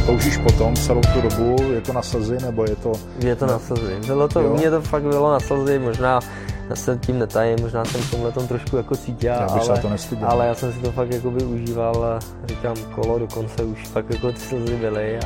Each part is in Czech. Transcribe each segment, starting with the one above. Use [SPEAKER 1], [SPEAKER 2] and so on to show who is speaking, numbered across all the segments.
[SPEAKER 1] Toužíš potom celou tu dobu, je to na slzy, nebo je to...
[SPEAKER 2] Je to na slzy. U mě to fakt bylo na slzy, možná já se tím netajím, možná jsem v tomhle tom trošku jako cítil, ale já jsem si to fakt jakoby užíval a říkám kolo dokonce už fakt jako ty slzy byly.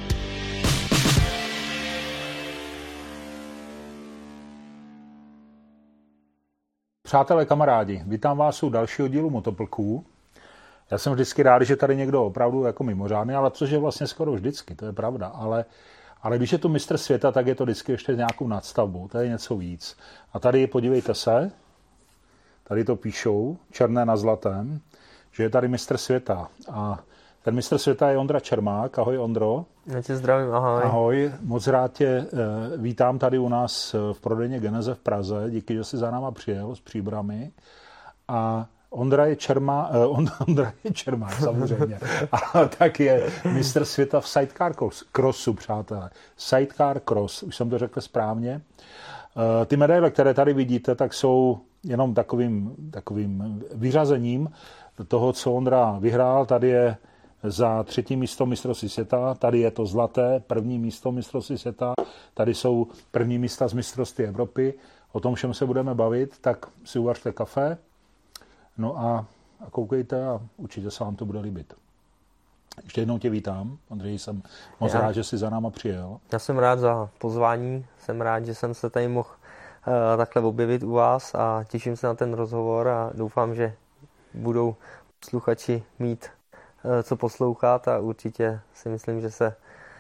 [SPEAKER 1] Přátelé, kamarádi, vítám vás u dalšího dílu Motoplků. Já jsem vždycky rád, že tady někdo opravdu jako mimořádný, ale což je vlastně skoro vždycky, to je pravda. Ale když je to mistr světa, tak je to vždycky ještě nějakou nadstavbou, to je něco víc. A tady podívejte se, tady to píšou, černé na zlatém, že je tady mistr světa. A ten mistr světa je Ondra Čermák. Ahoj, Ondro.
[SPEAKER 2] Já tě zdravím, ahoj.
[SPEAKER 1] Ahoj, moc rád tě vítám tady u nás v prodejně Geneze v Praze. Díky, že jsi za náma přijel s příbrami. A Ondra je Čermák, samozřejmě. A tak je mistr světa v sidecar crossu, přátelé. Sidecar cross, už jsem to řekl správně. Ty medaile, které tady vidíte, tak jsou jenom takovým vyřazením toho, co Ondra vyhrál. Tady je za 3. místo mistrovství světa, tady je to zlaté, 1. místo mistrovství světa, tady jsou 1. místa z mistrovství Evropy. O tom všem se budeme bavit, tak si uvařte kafe. No a koukejte a určitě se vám to bude líbit. Ještě jednou tě vítám, Ondřej, jsem moc rád, že jsi za náma přijel.
[SPEAKER 2] Já jsem rád za pozvání, jsem rád, že jsem se tady mohl takhle objevit u vás a těším se na ten rozhovor a doufám, že budou posluchači mít co poslouchat a určitě si myslím, že se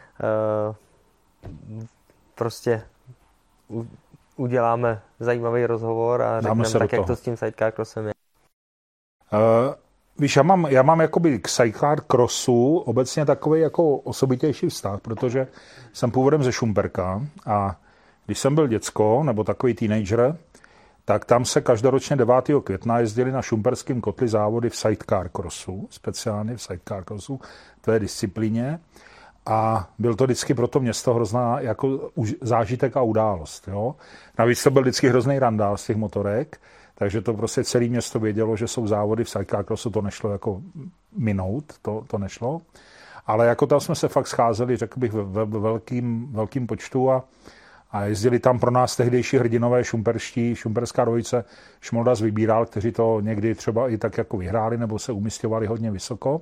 [SPEAKER 2] prostě uděláme zajímavý rozhovor a řekneme tak, jak to s tím sidecar crossem je.
[SPEAKER 1] Víš, já mám jakoby k sidecar crossu obecně takový jako osobitější vztah, protože jsem původem ze Šumperka a když jsem byl děcko nebo takový teenager, tak tam se každoročně 9. května jezdili na šumperském kotli závody v sidecar crossu, speciálně v sidecar crossu, to je disciplíně. A byl to vždycky pro to město hrozná jako zážitek a událost. Jo? Navíc to byl vždycky hrozný randál z těch motorek, takže to prostě celé město vědělo, že jsou závody v sidecar crossu, to nešlo jako minout, to nešlo. Ale jako tam jsme se fakt scházeli, řekl bych, ve velkým počtu a jezdili tam pro nás tehdejší hrdinové šumperská dvojice Šmolda z Vybíral, kteří to někdy třeba i tak jako vyhráli nebo se umisťovali hodně vysoko.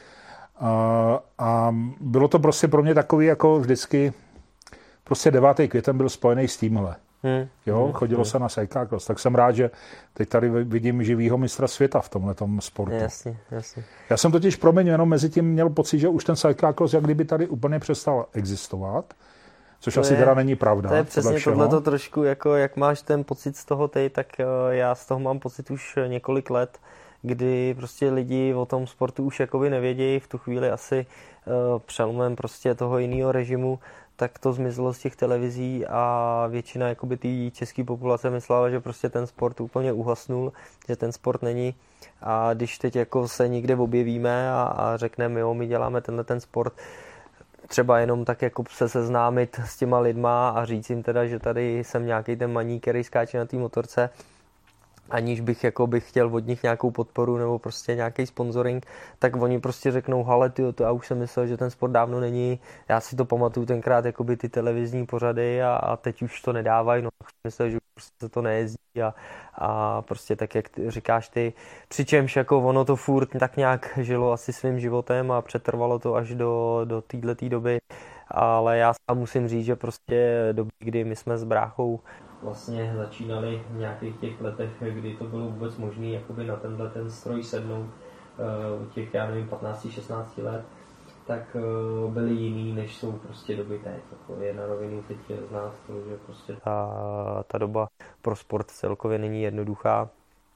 [SPEAKER 1] A bylo to prostě pro mě takový jako vždycky, prostě 9. květen byl spojený s tímhle. Chodilo se na sidecar cross, tak jsem rád, že teď tady vidím živýho mistra světa v tomhletom sportu.
[SPEAKER 2] Jasně.
[SPEAKER 1] Já jsem totiž jenom mezi tím měl pocit, že už ten sidecar cross jak kdyby tady úplně přestal existovat, což asi teda není pravda.
[SPEAKER 2] To je přesně tohleto trošku, jako jak máš ten pocit z toho teď, tak já z toho mám pocit už několik let, kdy prostě lidi o tom sportu už jakoby nevědějí, v tu chvíli asi přelomem prostě toho jiného režimu, tak to zmizelo z těch televizí a většina jakoby té české populace myslela, že prostě ten sport úplně uhasnul, že ten sport není. A když teď jako se někde objevíme a řekneme, jo, my děláme ten sport, třeba jenom tak jako se seznámit s těma lidma a říct jim teda, že tady jsem nějaký ten maník, který skáče na té motorce, aniž bych chtěl od nich nějakou podporu nebo prostě nějaký sponsoring, tak oni prostě řeknou, hele tyjo, to já už jsem myslel, že ten sport dávno není, já si to pamatuju tenkrát jakoby ty televizní pořady a teď už to nedávají, no myslel, že už prostě to nejezdí a prostě tak, jak ty říkáš ty, přičemž jako ono to furt tak nějak žilo asi svým životem a přetrvalo to až do této doby, ale já musím říct, že prostě doby, kdy my jsme s bráchou vlastně začínali v nějakých těch letech, kdy to bylo vůbec možné jakoby na ten stroj sednout těch, já nevím, 15-16 let, tak byly jiný, než jsou prostě doby teď. Jako je na rovinu teď znát to, že prostě ta doba pro sport celkově není jednoduchá.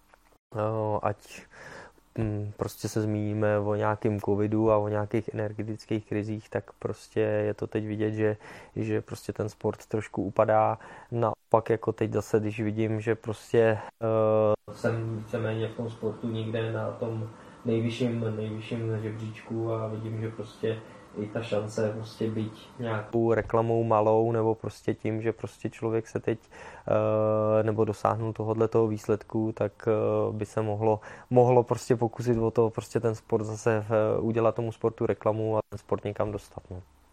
[SPEAKER 2] Ať prostě se zmíníme o nějakém covidu a o nějakých energetických krizích, tak prostě je to teď vidět, že prostě ten sport trošku upadá. Naopak jako teď zase, když vidím, že prostě jsem víceméně v tom sportu někde na tom nejvyšším žebříčku a vidím, že prostě i ta šance prostě být nějakou reklamou malou nebo prostě tím, že prostě člověk se teď nebo dosáhnul tohoto výsledku, tak by se mohlo prostě pokusit o to prostě ten sport zase udělat tomu sportu reklamu a ten sport někam dostat. No.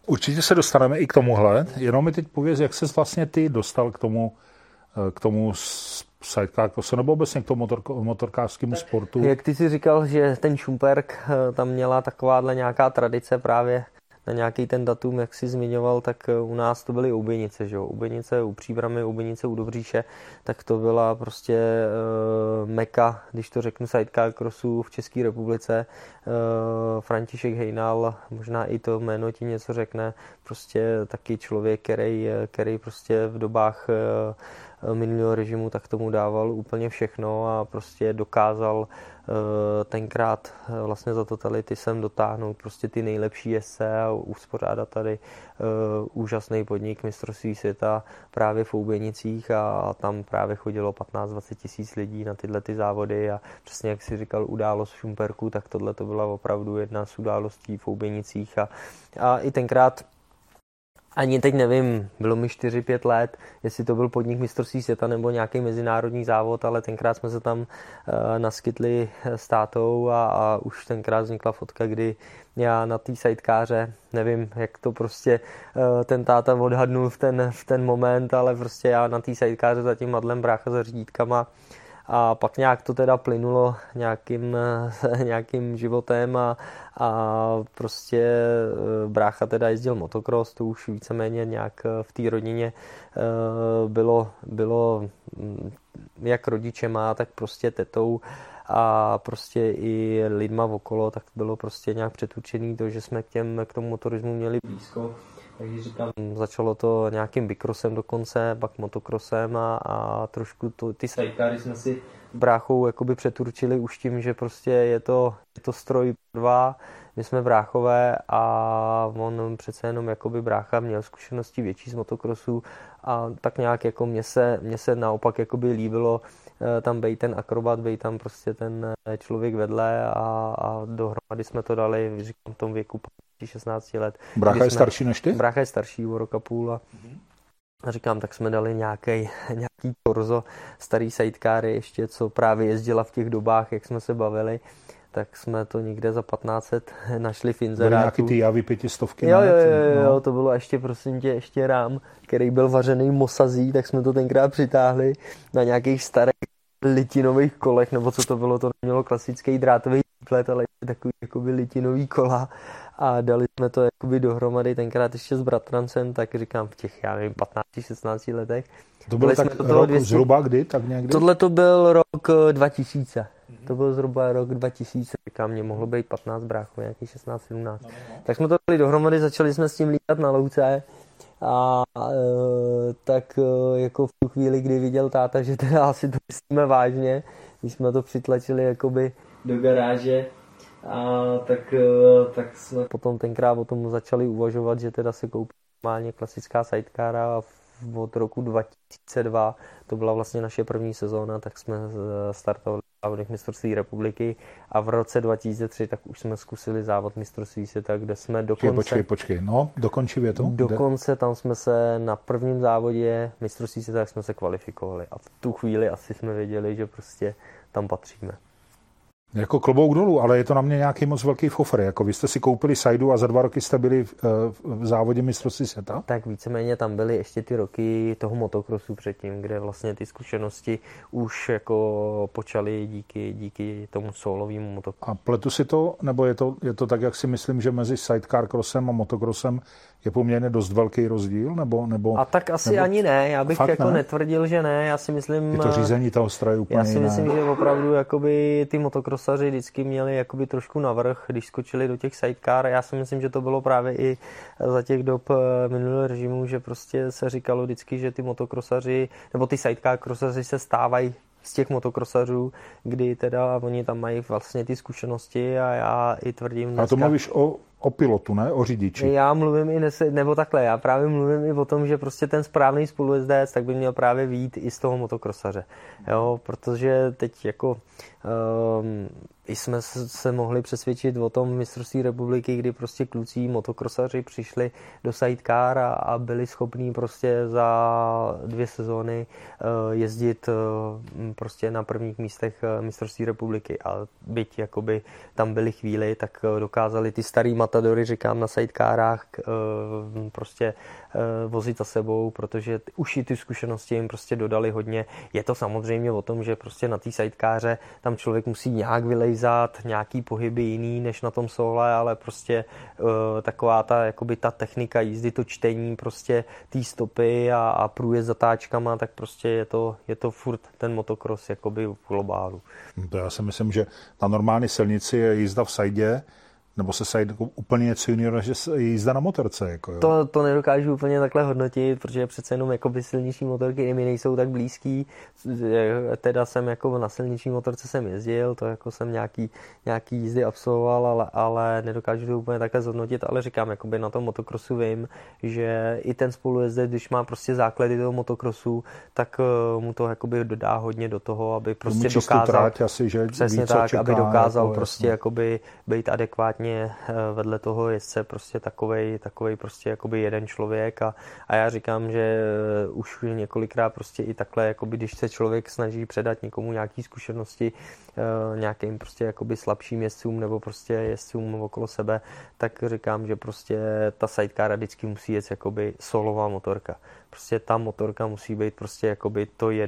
[SPEAKER 1] Určitě se dostaneme i k tomuhle, jenom mi teď pověz, jak ses vlastně ty dostal k tomu sidecar crossu, nebo obecně k tomu motorkářskému sportu.
[SPEAKER 2] Jak ty si říkal, že ten Šumperk tam měla takováhle nějaká tradice právě na nějaký ten datum, jak jsi zmiňoval, tak u nás to byly Ouběnice, že jo? Ouběnice u Příbramy, Ouběnice u Dobříše, tak to byla prostě meka, když to řeknu, sidecar crossu v České republice. František Hejnal, možná i to jméno ti něco řekne, prostě taky člověk, který prostě v dobách minulého režimu tak tomu dával úplně všechno a prostě dokázal tenkrát vlastně za totality sem dotáhnout prostě ty nejlepší jezdce a uspořádat tady úžasný podnik mistrovství světa právě v Ouběnicích a tam právě chodilo 15-20 tisíc lidí na tyhle ty závody a přesně jak si říkal událost v Šumperku, tak tohle to byla opravdu jedna z událostí v Ouběnicích a i tenkrát ani teď nevím, bylo mi 4-5 let, jestli to byl podnik mistrovství světa nebo nějaký mezinárodní závod, ale tenkrát jsme se tam naskytli s tátou a už tenkrát vznikla fotka, kdy já na té sidekáře, nevím, jak to prostě ten táta odhadnul v ten moment, ale prostě já na té sidekáře za tím madlem, brácha za řídítkama. A pak nějak to teda plynulo nějakým životem a prostě brácha teda jezdil motocross, to už víceméně nějak v té rodině bylo jak rodičema, tak prostě tetou a prostě i lidma okolo, tak bylo prostě nějak předurčený to, že jsme k tomu motorismu měli blízko. Takže říkám, začalo to nějakým bikrossem dokonce, pak motocrossem a trošku ty sidecary jsme si bráchou jakoby přeturčili už tím, že prostě je to stroj 2, my jsme bráchové a on přece jenom jakoby brácha měl zkušenosti větší z motocrossu a tak nějak jako mně se naopak jakoby líbilo tam bejt ten akrobat, bejt tam prostě ten člověk vedle a dohromady jsme to dali, říkám, v tom věku 16 let.
[SPEAKER 1] Brácha je starší než ty?
[SPEAKER 2] Brácha je starší, o rok a půl a říkám, tak jsme dali nějaký torzo, starý sidecary ještě, co právě jezdila v těch dobách, jak jsme se bavili, tak jsme to někde za 1500 našli v inzerátu.
[SPEAKER 1] Byly nějaký ty javy 500.
[SPEAKER 2] Jo, to bylo ještě, prosím tě, ještě rám, který byl vařený mosazí, tak jsme to tenkrát přitáhli na nějakých starých litinových kolech, nebo co to bylo, to nemělo klasický drátový plet, ale takový jakoby litinový kola a dali jsme to jakoby dohromady tenkrát ještě s bratrancem, tak říkám v těch, já nevím, 15-16 letech.
[SPEAKER 1] To bylo tak rok zhruba kdy? Tak někdy?
[SPEAKER 2] Tohle to byl rok 2000. To byl zhruba rok 2000. Říkám, mě mohlo být 15 bráchů, nějaký 16-17. Tak jsme to dali dohromady, začali jsme s tím lítat na louce a tak jako v tu chvíli, kdy viděl táta, že teda asi to myslíme vážně, když jsme to přitlačili jakoby do garáže, a tak jsme potom tenkrát o tom začali uvažovat, že teda se koupí normálně klasická sidecara a od roku 2002, to byla vlastně naše první sezóna, tak jsme startovali závodech mistrovství republiky a v roce 2003 tak už jsme zkusili závod mistrovství světa, kde jsme dokonce...
[SPEAKER 1] Počkej, no, dokončí větu.
[SPEAKER 2] Dokonce tam jsme se na prvním závodě mistrovství světa, tak jsme se kvalifikovali a v tu chvíli asi jsme věděli, že prostě tam patříme.
[SPEAKER 1] Jako klobouk dolů, ale je to na mě nějaký moc velký fofr. Jako vy jste si koupili sajdu a za 2 roky jste byli v závodě mistrovství světa?
[SPEAKER 2] Tak víceméně tam byly ještě ty roky toho motocrossu předtím, kde vlastně ty zkušenosti už jako počaly díky tomu solovému motocrossu.
[SPEAKER 1] A pletu si to, nebo je to tak, jak si myslím, že mezi sidecar crossem a motocrossem je poměrně dost velký rozdíl? Nebo
[SPEAKER 2] a tak asi nebo... ani ne, já bych jako netvrdil, že ne, já si myslím...
[SPEAKER 1] Je to řízení toho stroje úplně
[SPEAKER 2] já si myslím, že opravdu jakoby ty motocrossaři vždycky měli jakoby trošku navrch, když skočili do těch sidecar. Já si myslím, že to bylo právě i za těch dob minulého režimu, že prostě se říkalo vždycky, že ty motocrossaři, nebo ty sidecar crossaři se stávají z těch motocrossařů, kdy teda oni tam mají vlastně ty zkušenosti a já i tvrdím dneska...
[SPEAKER 1] A to mluvíš o pilotu, ne? O řidiči.
[SPEAKER 2] Já mluvím i nebo takhle, já právě mluvím i o tom, že prostě ten správný spolujezdec tak by měl právě vyjít i z toho motocrossaře. Jo, protože teď jako jsme se mohli přesvědčit o tom mistrovství republiky, kdy prostě kluci motocrossaři přišli do sidecar a byli schopní prostě za 2 sezóny jezdit prostě na prvních místech mistrovství republiky. A byť jakoby tam byly chvíli, tak dokázali ty starý matadory, říkám, na sidekárách prostě vozit za sebou, protože už i ty zkušenosti jim prostě dodali hodně. Je to samozřejmě o tom, že prostě na té sidekáře tam člověk musí nějak vylejzat, nějaký pohyby jiný než na tom sole, ale prostě taková ta, jakoby ta technika jízdy, to čtení prostě té stopy a průjezd zatáčkama, tak prostě je to furt ten motocross jakoby v globálu.
[SPEAKER 1] To já si myslím, že na normální silnici je jízda v sajdě, nebo se side úplně něco jiného, než je jízda na motorce. Jako, jo.
[SPEAKER 2] To nedokážu úplně takhle hodnotit, protože přece jenom jakoby silniční motorky mi nejsou tak blízký. Teda jsem jako na silniční motorce jsem jezdil, to jako jsem nějaký jízdy absolvoval, ale nedokážu to úplně takhle zhodnotit, ale říkám, jakoby na tom motocrossu vím, že i ten spolujezdec, když má prostě základy toho motocrossu, tak mu to jakoby dodá hodně do toho, aby prostě dokázal
[SPEAKER 1] tráť asi, že
[SPEAKER 2] přesně
[SPEAKER 1] ví,
[SPEAKER 2] tak,
[SPEAKER 1] čeká,
[SPEAKER 2] aby dokázal
[SPEAKER 1] jako,
[SPEAKER 2] prostě jakoby být adekvátně vedle toho jezdce prostě takovej prostě jakoby jeden člověk a já říkám, že už několikrát prostě i takhle, jakoby když se člověk snaží předat někomu nějaký zkušenosti, nějakým prostě jakoby slabším jezdcům nebo prostě jezdcům okolo sebe, tak říkám, že prostě ta sidecar vždycky musí jet jakoby solová motorka. Prostě ta motorka musí být prostě jakoby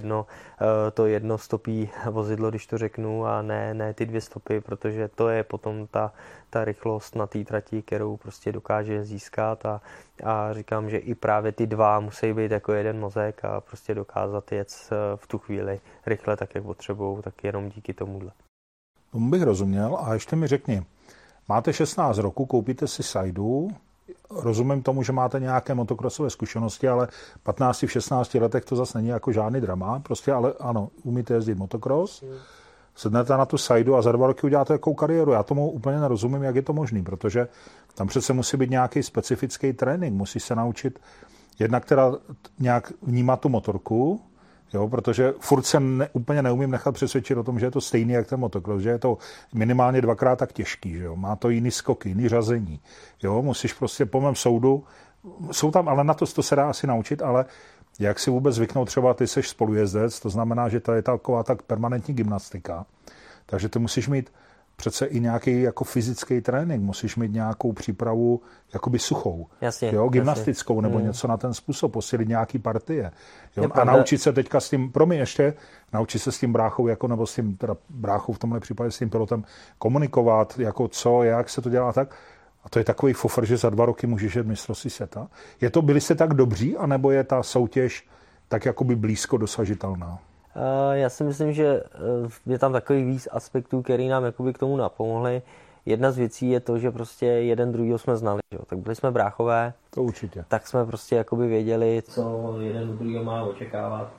[SPEAKER 2] to jedno stopí vozidlo, když to řeknu, a ne ty dvě stopy, protože to je potom ta rychlost na té trati, kterou prostě dokáže získat a říkám, že i právě ty dva musí být jako jeden mozek a prostě dokázat jet v tu chvíli rychle tak, jak potřebujou, tak jenom díky tomuhle.
[SPEAKER 1] Tomu bych rozuměl a ještě mi řekni, máte 16 roku, koupíte si sajdu, rozumím tomu, že máte nějaké motocrossové zkušenosti, ale 15 v 16 letech to zase není jako žádný drama, prostě ale ano, umíte jezdit motocross, sednete na tu sajdu a za 2 roky uděláte jakou kariéru. Já tomu úplně nerozumím, jak je to možný, protože tam přece musí být nějaký specifický trénink, musí se naučit jednak teda nějak vnímat tu motorku, jo, protože furt se úplně neumím nechat přesvědčit o tom, že je to stejný jak ten motocross, že je to minimálně 2krát tak těžký, že jo, má to jiný skoky, jiný řazení, jo, musíš prostě po mém soudu, jsou tam, ale na to se dá asi naučit, ale jak si vůbec zvyknout, třeba ty seš spolujezdec, to znamená, že to je taková tak permanentní gymnastika, takže ty musíš mít přece i nějaký jako fyzický trénink, musíš mít nějakou přípravu jakoby suchou,
[SPEAKER 2] jasně,
[SPEAKER 1] jo, gymnastickou nebo něco na ten způsob, posílit nějaký partie. Jo, a
[SPEAKER 2] pravda.
[SPEAKER 1] naučit se teďka s tím, naučit se s tím bráchou, jako, nebo s tím teda bráchou v tomhle případě s tím pilotem komunikovat, jako co, jak se to dělá tak. A to je takový fofr, že za 2 roky můžeš jet mistrovství světa. Byli jste tak dobří, anebo je ta soutěž tak jakoby blízko dosažitelná?
[SPEAKER 2] Já si myslím, že je tam takových víc aspektů, které nám jakoby k tomu napomohly. Jedna z věcí je to, že prostě jeden druhýho jsme znali. Jo. Tak byli jsme bráchové.
[SPEAKER 1] To určitě.
[SPEAKER 2] Tak jsme prostě jakoby věděli, co jeden druhýho má očekávat.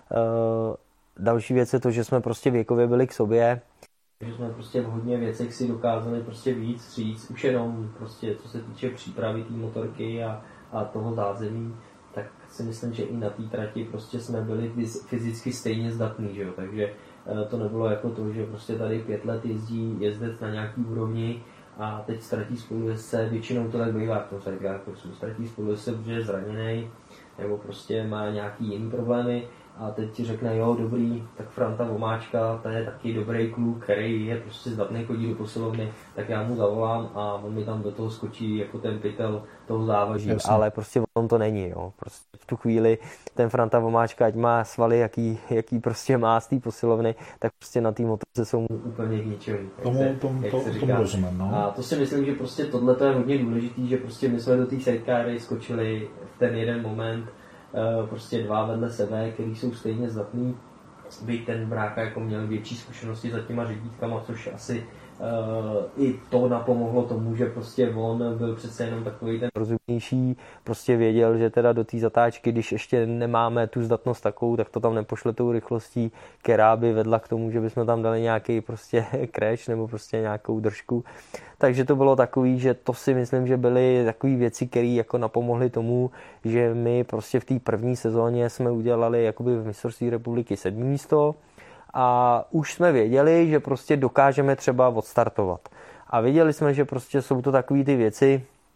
[SPEAKER 2] Další věc je to, že jsme prostě věkově byli k sobě. Že jsme prostě v hodně věcech si dokázali prostě víc říct, už jenom prostě co se týče přípravy té motorky a toho zázemí, tak si myslím, že i na té trati prostě jsme byli fyzicky stejně zdatní, že jo? Takže to nebylo jako to, že prostě tady 5 let jezdí jezdec na nějaký úrovni a teď ztratí spolujezdce, většinou to tak bývá v tom sidecar kursu, ztratí spolujezdce, protože je zraněný nebo prostě má nějaký jiný problémy a teď ti řekne, jo, dobrý, tak Franta Vomáčka, to je taky dobrý kluk, který je prostě zdatný, chodí do posilovny, tak já mu zavolám a on mi tam do toho skočí jako ten pytel toho závaží, ale prostě on to není, jo. Prostě v tu chvíli ten Franta Vomáčka, ať má svaly, jaký prostě má z té posilovny, tak prostě na té motorce jsou mu úplně k ničemu.
[SPEAKER 1] Tomu rozumím, no.
[SPEAKER 2] A to si myslím, že prostě tohle je hodně důležitý, že prostě my jsme do té sidecary skočili v ten jeden moment, prostě 2 vedle sebe, který jsou stejně zdatný. Byť ten brácha jako měl větší zkušenosti za těma řidítkama, což asi i to napomohlo tomu, že prostě on byl přece jenom takový ten rozumnější, prostě věděl, že teda do té zatáčky, když ještě nemáme tu zdatnost takovou, tak to tam nepošle tou rychlostí, která by vedla k tomu, že bychom tam dali nějaký prostě crash nebo prostě nějakou držku. Takže to bylo takový, že to si myslím, že byly takové věci, které jako napomohly tomu, že my prostě v té první sezóně jsme udělali jakoby v mistrovství republiky 7. místo a už jsme věděli, že prostě dokážeme třeba odstartovat. A věděli jsme, že prostě jsou to takové ty věci,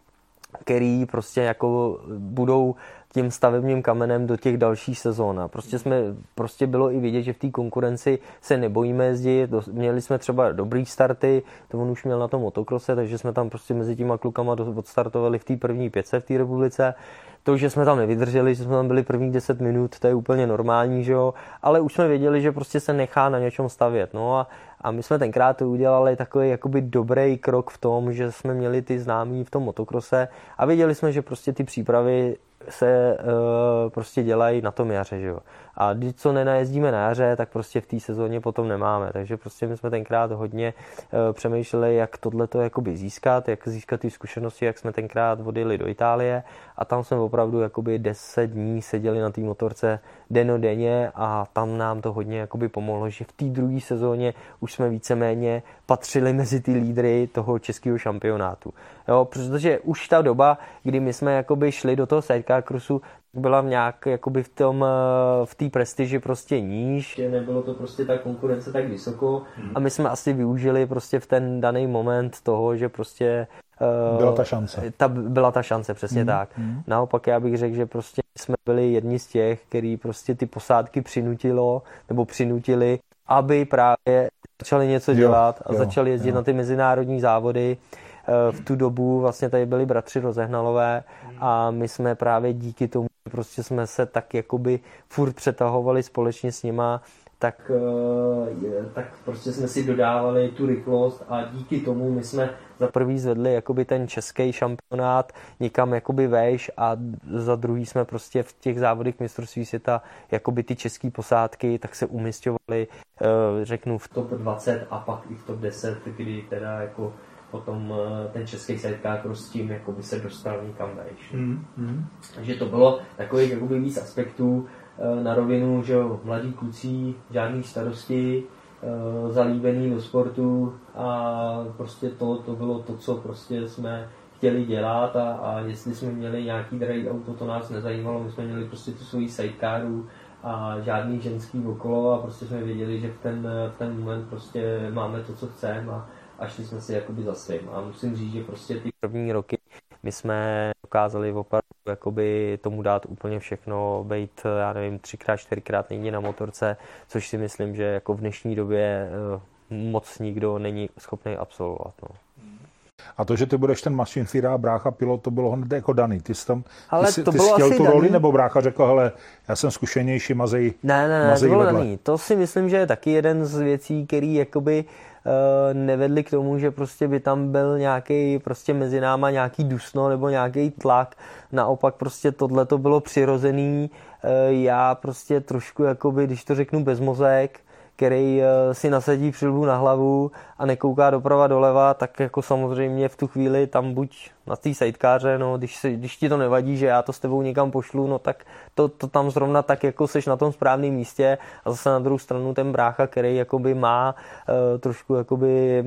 [SPEAKER 2] který prostě jako budou tím stavebním kamenem do těch dalších sezón. A prostě bylo i vidět, že v té konkurenci se nebojíme jezdit. Měli jsme třeba dobrý starty, to on už měl na tom motokrose, takže jsme tam prostě mezi těma klukama odstartovali v té první 5 v té republice. To, že jsme tam nevydrželi, že jsme tam byli prvních 10 minut, to je úplně normální, že jo? Ale už jsme věděli, že prostě se nechá na něčem stavět. No a my jsme tenkrát to udělali takový jakoby dobrý krok v tom, že jsme měli ty známí v tom motokrose a věděli jsme, že prostě ty přípravy se prostě dělají na tom jaře, že jo. A když co nenajezdíme na jaře, tak prostě v té sezóně potom nemáme. Takže prostě my jsme tenkrát hodně přemýšleli, jak tohleto jakoby získat, jak získat ty zkušenosti, jak jsme tenkrát odjeli do Itálie a tam jsme opravdu jakoby 10 dní seděli na té motorce dennodenně a tam nám to hodně jakoby pomohlo, že v té druhé sezóně už jsme víceméně patřili mezi ty lídry toho českého šampionátu. Jo, protože už ta doba, kdy my jsme jakoby šli do toho sidecar crossu, byla nějak jakoby v té prestiži prostě níž, nebylo to prostě ta konkurence tak vysoko a my jsme asi využili prostě v ten daný moment toho, že prostě
[SPEAKER 1] byla ta šance.
[SPEAKER 2] Byla ta šance, přesně tak. Naopak já bych řekl, že prostě jsme byli jedni z těch, který prostě ty posádky přinutili, aby právě začali něco dělat a začali jezdit na ty mezinárodní závody. V tu dobu vlastně tady byli bratři Rozehnalové a my jsme právě díky tomu, prostě jsme se tak jakoby furt přetahovali společně s nima, tak prostě jsme si dodávali tu rychlost a díky tomu my jsme za prvý zvedli jakoby ten český šampionát někam jakoby vejš a za druhý jsme prostě v těch závodech mistrovství světa jakoby ty české posádky tak se umisťovali, řeknu v top 20 a pak i v top 10, kdy teda jako potom ten český sidecar cross s tím jakoby se dostal někam vejš. Takže to bylo takových jakoby víc aspektů na rovinu, že jo, mladí kluci, žádný starosti, zalíbený do sportu a prostě to bylo to, co prostě jsme chtěli dělat a jestli jsme měli nějaký drahý auto, to nás nezajímalo, my jsme měli prostě tu svoji sidecaru a žádný ženský okolo a prostě jsme věděli, že v ten moment prostě máme to, co chceme a šli jsme si jakoby za svým. A musím říct, že prostě ty první roky my jsme dokázali opravdu jakoby tomu dát úplně všechno, být, já nevím, 3x, 4x někde na motorce, což si myslím, že jako v dnešní době moc nikdo není schopný absolvovat. No.
[SPEAKER 1] A to, že ty budeš ten mašinfíra a brácha pilot, to bylo hned jako daný. Ty jsi
[SPEAKER 2] to bylo
[SPEAKER 1] chtěl
[SPEAKER 2] asi
[SPEAKER 1] tu
[SPEAKER 2] daný.
[SPEAKER 1] roli, nebo brácha řekl, hele, já jsem zkušenější, mazej
[SPEAKER 2] to bylo daný. To si myslím, že je taky jeden z věcí, který jakoby nevedli k tomu, že prostě by tam byl nějaký prostě mezi náma nějaký dusno nebo nějaký tlak. Naopak prostě tohle to bylo přirozený. Já prostě trošku jakoby, když to řeknu bez mozek, který si nasadí přilbu na hlavu a nekouká doprava doleva, tak jako samozřejmě v tu chvíli tam buď na té sidekáře, no, když ti to nevadí, že já to s tebou někam pošlu, no tak to tam zrovna tak jako seš na tom správném místě a zase na druhou stranu ten brácha, který jakoby má trošku jakoby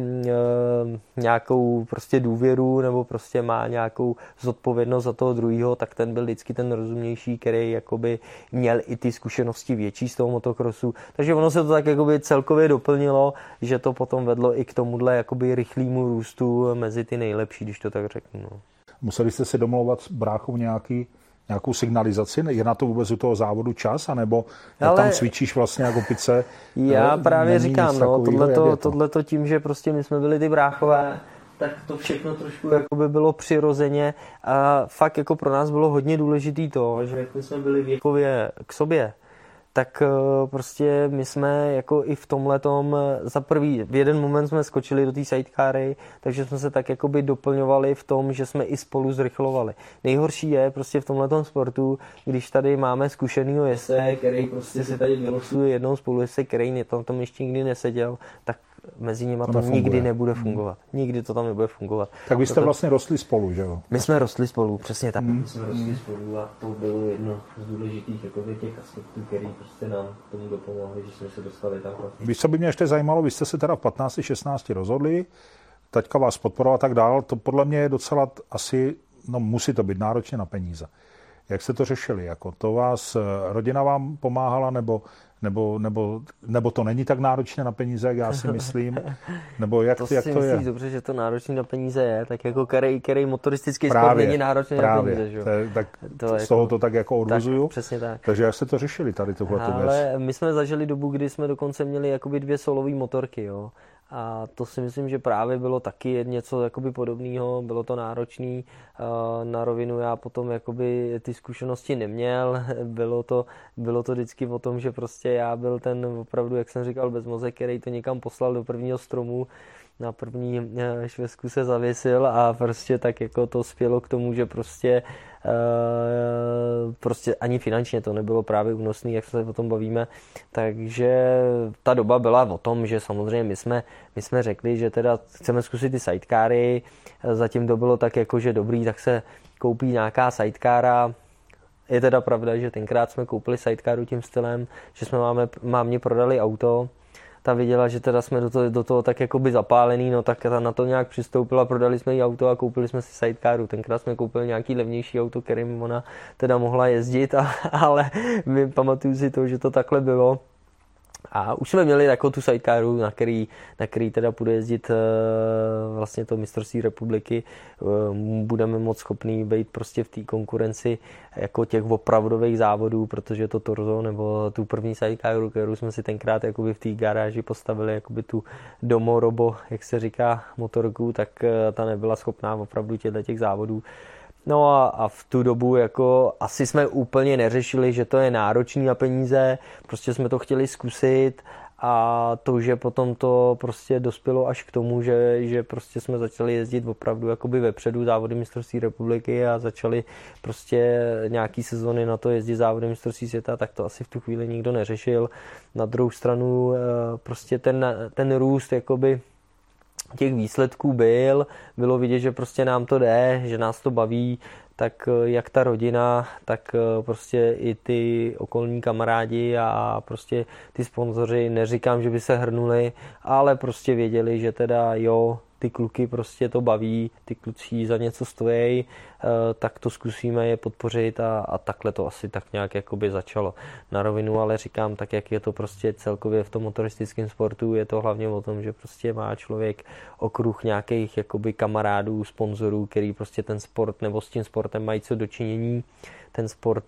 [SPEAKER 2] nějakou prostě důvěru nebo prostě má nějakou zodpovědnost za toho druhýho, tak ten byl vždycky ten rozumnější, který jakoby měl i ty zkušenosti větší z toho motokrosu. Takže ono se to tak jakoby celkově doplnilo, že to potom vedlo i k tomuhle jakoby rychlému růstu mezi ty nejlepší, když to tak řeknu. No.
[SPEAKER 1] Museli jste si domlouvat s bráchou nějakou signalizaci? Je na to vůbec u toho závodu čas? Anebo tam cvičíš vlastně jako opice?
[SPEAKER 2] Já právě říkám, tohleto tím, že prostě my jsme byli ty bráchové, tak to všechno trošku jakoby bylo přirozeně a fakt jako pro nás bylo hodně důležitý to, že jak my jsme byli věkově k sobě, tak prostě my jsme jako i v tomhletom za prvý, v jeden moment jsme skočili do té sidecary, takže jsme se tak jakoby doplňovali v tom, že jsme i spolu zrychlovali. Nejhorší je prostě v tomhletom sportu, když tady máme zkušenýho jezdce, který prostě si tady vylosuje jednou spolujezdce, který tam ještě nikdy neseděl, tak mezi nimi to nikdy nebude fungovat. Nikdy to tam nebude fungovat.
[SPEAKER 1] Tak vy jste vlastně rostli spolu, že jo?
[SPEAKER 2] My jsme rostli spolu, přesně tak. My jsme rostli spolu a to bylo jedno z důležitých jako těch aspektů, který prostě nám tomu dopomohli, že jsme se dostali takhle.
[SPEAKER 1] Víš, co by mě ještě zajímalo, vy jste se teda v 15-16 rozhodli, taťka vás podporoval a tak dál, to podle mě je docela asi, musí to být náročně na peníze. Jak jste to řešili? Jako to rodina vám pomáhala, nebo nebo to není tak náročné na peníze, jak já si myslím, nebo jak to je?
[SPEAKER 2] To si myslíš dobře, že to náročné na peníze je, tak jako který motoristický sport není náročný na peníze, že jo?
[SPEAKER 1] Tak z toho to tak jako odvozuju.
[SPEAKER 2] Tak, přesně tak.
[SPEAKER 1] Takže jak jste to řešili tady tuhletu věc?
[SPEAKER 2] Ale my jsme zažili dobu, kdy jsme dokonce měli jakoby 2 solové motorky, jo. A to si myslím, že právě bylo taky něco jakoby podobného, bylo to náročný. Na rovinu já potom jakoby ty zkušenosti neměl, bylo to vždycky o tom, že prostě já byl ten opravdu, jak jsem říkal, bezmozek, který to někam poslal do prvního stromu, na první švestku se zavěsil a prostě tak jako to spělo k tomu, že prostě ani finančně to nebylo právě únosný, jak se o tom bavíme. Takže ta doba byla o tom, že samozřejmě my jsme řekli, že teda chceme zkusit ty sidecary, zatím to bylo tak jako, že dobrý, tak se koupí nějaká sidecara. Je teda pravda, že tenkrát jsme koupili sidecaru tím stylem, že jsme mámě prodali auto. Ta viděla, že teda jsme do toho tak jakoby zapálený, no tak ta na to nějak přistoupila, prodali jsme jí auto a koupili jsme si sidecaru. Tenkrát jsme koupili nějaký levnější auto, kterým ona teda mohla jezdit, ale pamatuju si to, že to takhle bylo. A už jsme měli takovou tu sidecaru, na který teda půjde jezdit vlastně to mistrovství republiky. Budeme moc schopný být prostě v té konkurenci jako těch opravdových závodů, protože to torzo nebo tu první sidecaru, kterou jsme si tenkrát jakoby v té garáži postavili, jakoby tu domorobo, jak se říká, motorku, tak ta nebyla schopná opravdu těch závodů. No a v tu dobu jako asi jsme úplně neřešili, že to je náročný na peníze, prostě jsme to chtěli zkusit a to, že potom to prostě dospělo až k tomu, že prostě jsme začali jezdit opravdu jakoby vepředu závody mistrovství republiky a začali prostě nějaký sezony na to jezdit závody mistrovství světa, tak to asi v tu chvíli nikdo neřešil. Na druhou stranu prostě ten růst jakoby těch výsledků bylo vidět, že prostě nám to jde, že nás to baví, tak jak ta rodina, tak prostě i ty okolní kamarádi a prostě ty sponzoři, neříkám, že by se hrnuli, ale prostě věděli, že teda jo, ty kluky prostě to baví, ty kluci za něco stojí, tak to zkusíme je podpořit a takhle to asi tak nějak jakoby začalo. Na rovinu, ale říkám, tak jak je to prostě celkově v tom motoristickém sportu, je to hlavně o tom, že prostě má člověk okruh nějakých jakoby kamarádů, sponzorů, který prostě ten sport nebo s tím sportem mají co dočinění. Ten sport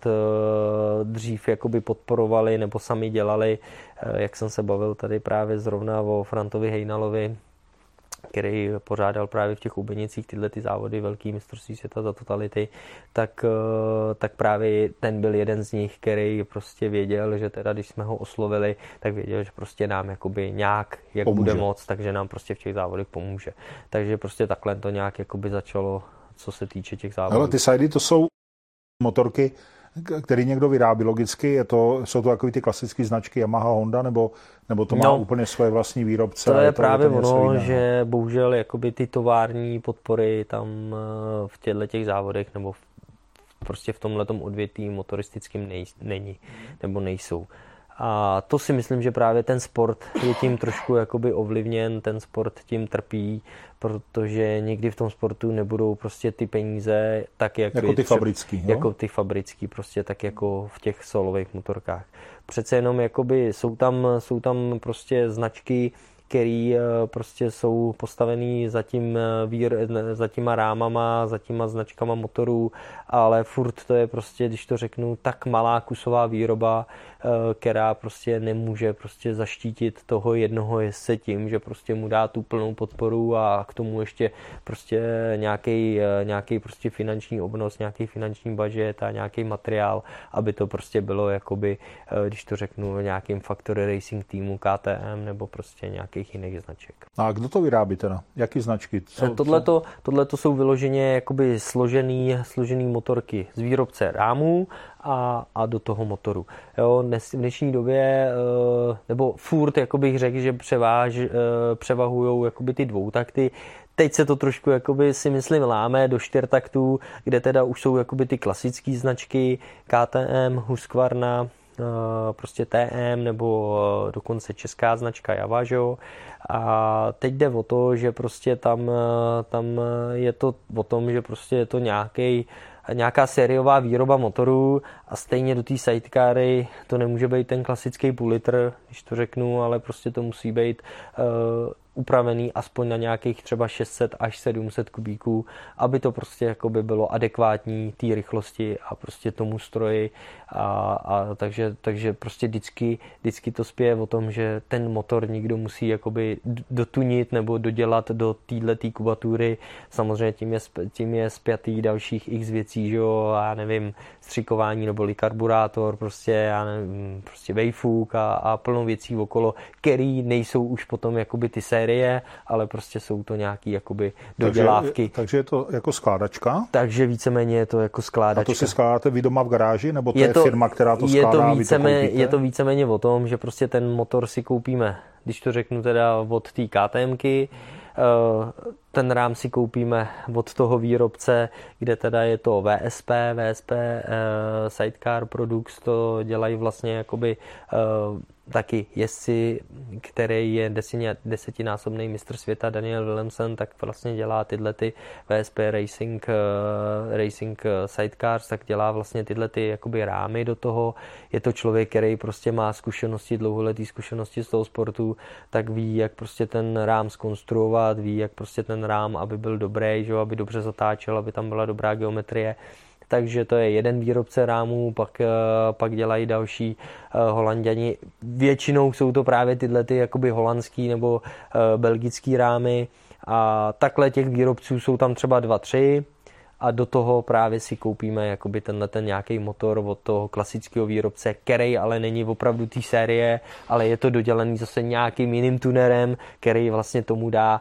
[SPEAKER 2] dřív jakoby podporovali nebo sami dělali, jak jsem se bavil tady právě zrovna o Frantovi Hejnalovi, který pořádal právě v těch Ubenicích tyhle ty závody, velký mistrovství světa za totality, tak právě ten byl jeden z nich, který prostě věděl, že teda když jsme ho oslovili, tak věděl, že prostě nám jakoby nějak, jak pomůže. Bude moc, takže nám prostě v těch závodech pomůže. Takže prostě takhle to nějak jakoby začalo, co se týče těch závodů.
[SPEAKER 1] Ale ty sidy to jsou motorky, který někdo vyrábí logicky, jsou to takový ty klasické značky Yamaha, Honda, nebo to má úplně svoje vlastní výrobce?
[SPEAKER 2] To je právě ono, že bohužel jakoby ty tovární podpory tam v těch závodech nebo prostě v tomhletom odvětví motoristickým není, nebo nejsou. A to si myslím, že právě ten sport je tím trošku jakoby ovlivněn, ten sport tím trpí, protože někdy v tom sportu nebudou prostě ty peníze tak,
[SPEAKER 1] jako ty fabrický.
[SPEAKER 2] Jako ty fabrický, prostě tak jako v těch solových motorkách. Přece jenom jakoby jsou tam prostě značky, který prostě jsou postavený za těma rámama, za těma značkama motorů, ale furt to je prostě, když to řeknu, tak malá kusová výroba, která prostě nemůže prostě zaštítit toho jednoho jezdce tím, že prostě mu dá tu plnou podporu a k tomu ještě prostě nějaký prostě finanční obnos, nějaký finanční budget a nějaký materiál, aby to prostě bylo jakoby, když to řeknu, nějakým Factory Racing týmu KTM nebo prostě nějakých jiných značek.
[SPEAKER 1] A kdo to vyrábí teda? Jaký značky?
[SPEAKER 2] Tohleto jsou vyloženě jakoby složený motorky z výrobce rámů a do toho motoru. Jo, v dnešní době, nebo furt, jako bych řekl, že převahujou jakoby ty dvoutakty. Teď se to trošku jakoby, si myslím láme do 4 taktů, kde teda už jsou jakoby ty klasické značky KTM, Husqvarna, prostě TM nebo dokonce česká značka Java, a teď jde o to, že prostě tam je to o tom, že prostě je to nějaký nějaká sériová výroba motorů a stejně do té sidecary to nemůže být ten klasický půl litr, když to řeknu, ale prostě to musí být upravený aspoň na nějakých třeba 600 až 700 kubíků, aby to prostě jakoby bylo adekvátní té rychlosti a prostě tomu stroji takže prostě vždycky to spěje o tom, že ten motor někdo musí jakoby dotunit nebo dodělat do této kubatury. Samozřejmě tím je spjatý dalších x věcí, že jo, já nevím, střikování neboli karburátor, prostě vejfuk a plno věcí okolo, který nejsou už potom jakoby ty série, ale prostě jsou to nějaký jakoby dodělávky.
[SPEAKER 1] Takže je to jako skládačka?
[SPEAKER 2] Takže víceméně je to jako skládačka.
[SPEAKER 1] A to si skládáte vy doma v garáži, nebo to je firma, která to skládá, vy to koupíte?
[SPEAKER 2] Je to víceméně o tom, že prostě ten motor si koupíme, když to řeknu teda od té KTMky, ten rám si koupíme od toho výrobce, kde teda je to VSP Sidecar Products, to dělají vlastně jakoby taky jezdci, který je desetinásobný mistr světa Daniel Willemsen, tak vlastně dělá tyhle ty VSP Racing Sidecars, tak dělá vlastně tyhle ty jakoby rámy do toho. Je to člověk, který prostě má dlouholetý zkušenosti z toho sportu, tak ví, jak prostě ten rám zkonstruovat, ví, jak prostě ten rám, aby byl dobrý, že, aby dobře zatáčel, aby tam byla dobrá geometrie. Takže to je jeden výrobce rámů, pak dělají další Holanďani. Většinou jsou to právě tyhle ty jakoby holandský nebo belgický rámy a takhle těch výrobců jsou tam třeba 2-3 a do toho právě si koupíme jakoby ten nějaký motor od toho klasického výrobce, který ale není opravdu té série, ale je to dodělaný zase nějakým jiným tunerem, který vlastně tomu dá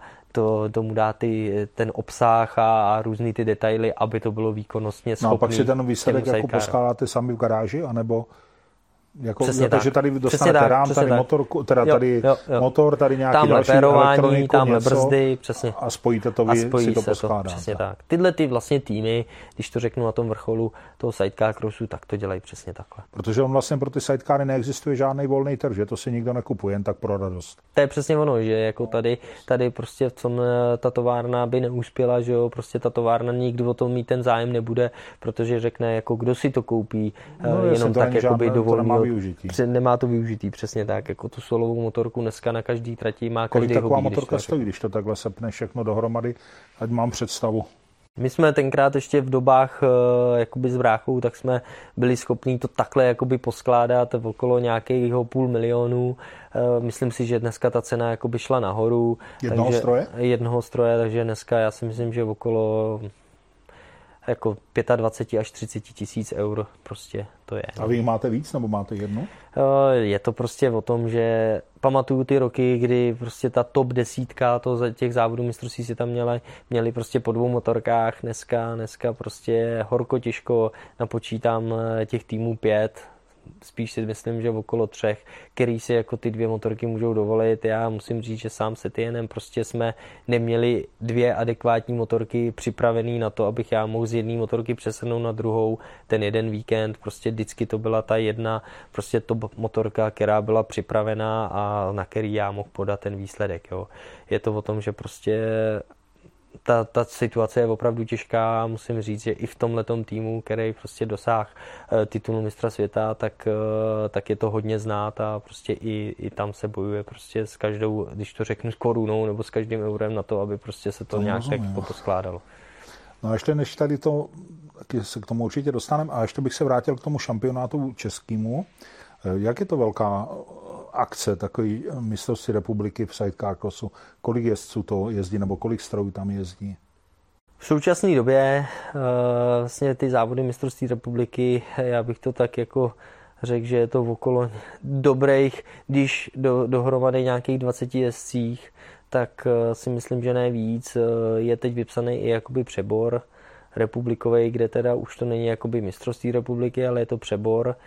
[SPEAKER 2] ten obsah a různý ty detaily, aby to bylo výkonnostně schopný.
[SPEAKER 1] No a pak si ten výsledek jako poskládáte sami v garáži, anebo jako, takže tady dostanete rám, tady motor, motor, tady nějaký
[SPEAKER 2] tamhle
[SPEAKER 1] další elektroniku,
[SPEAKER 2] tamhle brzdy, přesně.
[SPEAKER 1] A spojíte to, vy si to poskládáte.
[SPEAKER 2] Přesně tak. Tyhle ty vlastně týmy, když to řeknu na tom vrcholu toho sidecar crossu, tak to dělají přesně takhle.
[SPEAKER 1] Protože on vlastně pro ty sidecary neexistuje žádný volný trh, že to si nikdo nekupuje jen tak pro radost.
[SPEAKER 2] To je přesně ono, že jako tady prostě v tom ta továrna by neuspěla, že jo, prostě ta továrna nikdo o tom mít ten zájem nebude, protože řekne, jako kdo si to koupí, jenom tak jakoby dovolí. Nemá to využitý, přesně tak, jako tu solovou motorku dneska na každý trati má každý hobby.
[SPEAKER 1] Kolik taková motorka stojí, když to takhle sepne všechno dohromady, ať mám představu?
[SPEAKER 2] My jsme tenkrát ještě v dobách jakoby s bráchou, tak jsme byli schopní to takhle jakoby poskládat okolo nějakého 500 000. Myslím si, že dneska ta cena jakoby šla nahoru. Jednoho stroje, takže dneska já si myslím, že okolo jako 25 až 30 tisíc eur prostě to je.
[SPEAKER 1] A vy máte víc, nebo máte jednu?
[SPEAKER 2] Je to prostě o tom, že pamatuju ty roky, kdy prostě ta top 10 těch závodů mistrovství si tam měli prostě po 2 motorkách. Dneska prostě horko těžko napočítám těch týmů 5. Spíš si myslím, že okolo 3, který si jako ty 2 motorky můžou dovolit. Já musím říct, že sám se Setienem prostě jsme neměli 2 adekvátní motorky připravený na to, abych já mohl z jedné motorky přesunout na druhou ten jeden víkend. Prostě vždycky to byla ta jedna prostě top motorka, která byla připravená a na který já mohl podat ten výsledek. Jo. Je to o tom, že prostě ta situace je opravdu těžká. Musím říct, že i v tomhletom týmu, který prostě dosáhl titulu mistra světa, tak je to hodně znát a prostě i tam se bojuje prostě s každou, když to řeknu, s korunou nebo s každým eurem na to, aby prostě se to nějak tak poskládalo.
[SPEAKER 1] No a ještě než tady to, taky se k tomu určitě dostaneme, a ještě bych se vrátil k tomu šampionátu českému. Jak je to velká akce, takový mistrovství republiky v sidecar crossu? Kolik jezdců to jezdí, nebo kolik strojů tam jezdí?
[SPEAKER 2] V současné době vlastně ty závody mistrovství republiky, já bych to tak jako řekl, že je to okolo dobrých, když dohromady nějakých 20 jezdcích, tak si myslím, že ne víc. Je teď vypsaný i jakoby přebor republikový, kde teda už to není jakoby mistrovství republiky, ale je to přebor.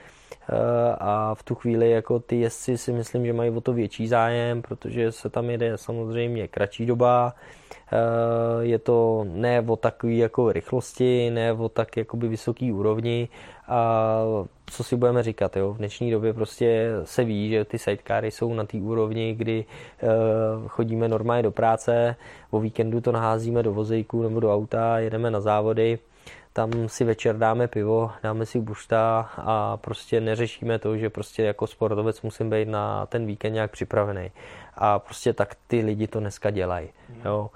[SPEAKER 2] A v tu chvíli jako ty jezdci si myslím, že mají o to větší zájem, protože se tam jede samozřejmě kratší doba. Je to ne o takové jako rychlosti, ne o tak jakoby vysoký úrovni. A co si budeme říkat, jo? V dnešní době prostě se ví, že ty sidecary jsou na té úrovni, kdy chodíme normálně do práce, o víkendu to naházíme do vozejku nebo do auta, jedeme na závody. tam si večer dáme pivo, dáme si bušta a prostě neřešíme to, že prostě jako sportovec musím být na ten víkend nějak připravený. A prostě tak ty lidi to dneska dělají. Jo.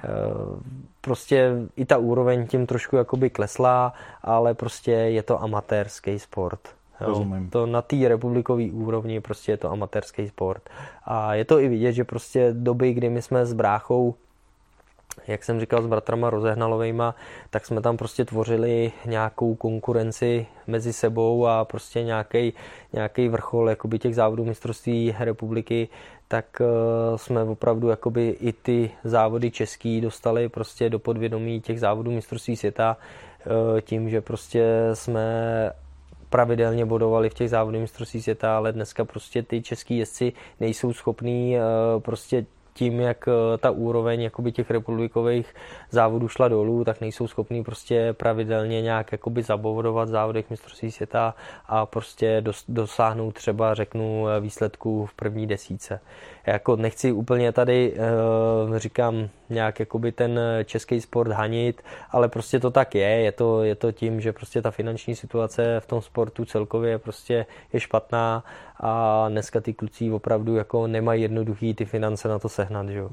[SPEAKER 2] Prostě i ta úroveň tím trošku jakoby klesla, ale prostě je to amatérský sport.
[SPEAKER 1] Rozumím.
[SPEAKER 2] To na té republikové úrovni prostě je to amatérský sport. A je to i vidět, že prostě doby, kdy my jsme s bráchou, jak jsem říkal, s bratrama Rozehnalovejma, tak jsme tam prostě tvořili nějakou konkurenci mezi sebou a prostě nějaký vrchol jakoby těch závodů mistrovství republiky, tak jsme opravdu jakoby i ty závody český dostali prostě do podvědomí těch závodů mistrovství světa tím, že prostě jsme pravidelně bodovali v těch závodech mistrovství světa, ale dneska prostě ty český jezdci nejsou schopní prostě tím, jak ta úroveň jakoby těch republikových závodů šla dolů, tak nejsou schopní prostě pravidelně nějak jakoby zabodovat v závodech mistrovství světa a prostě dosáhnout třeba, řeknu, výsledků v první desítce. Jako nechci úplně tady, říkám, nějak jakoby ten český sport hanit, ale prostě to tak je to tím, že prostě ta finanční situace v tom sportu celkově prostě je špatná a dneska ty kluci opravdu jako nemají jednoduchý ty finance na to sehnat, že jo.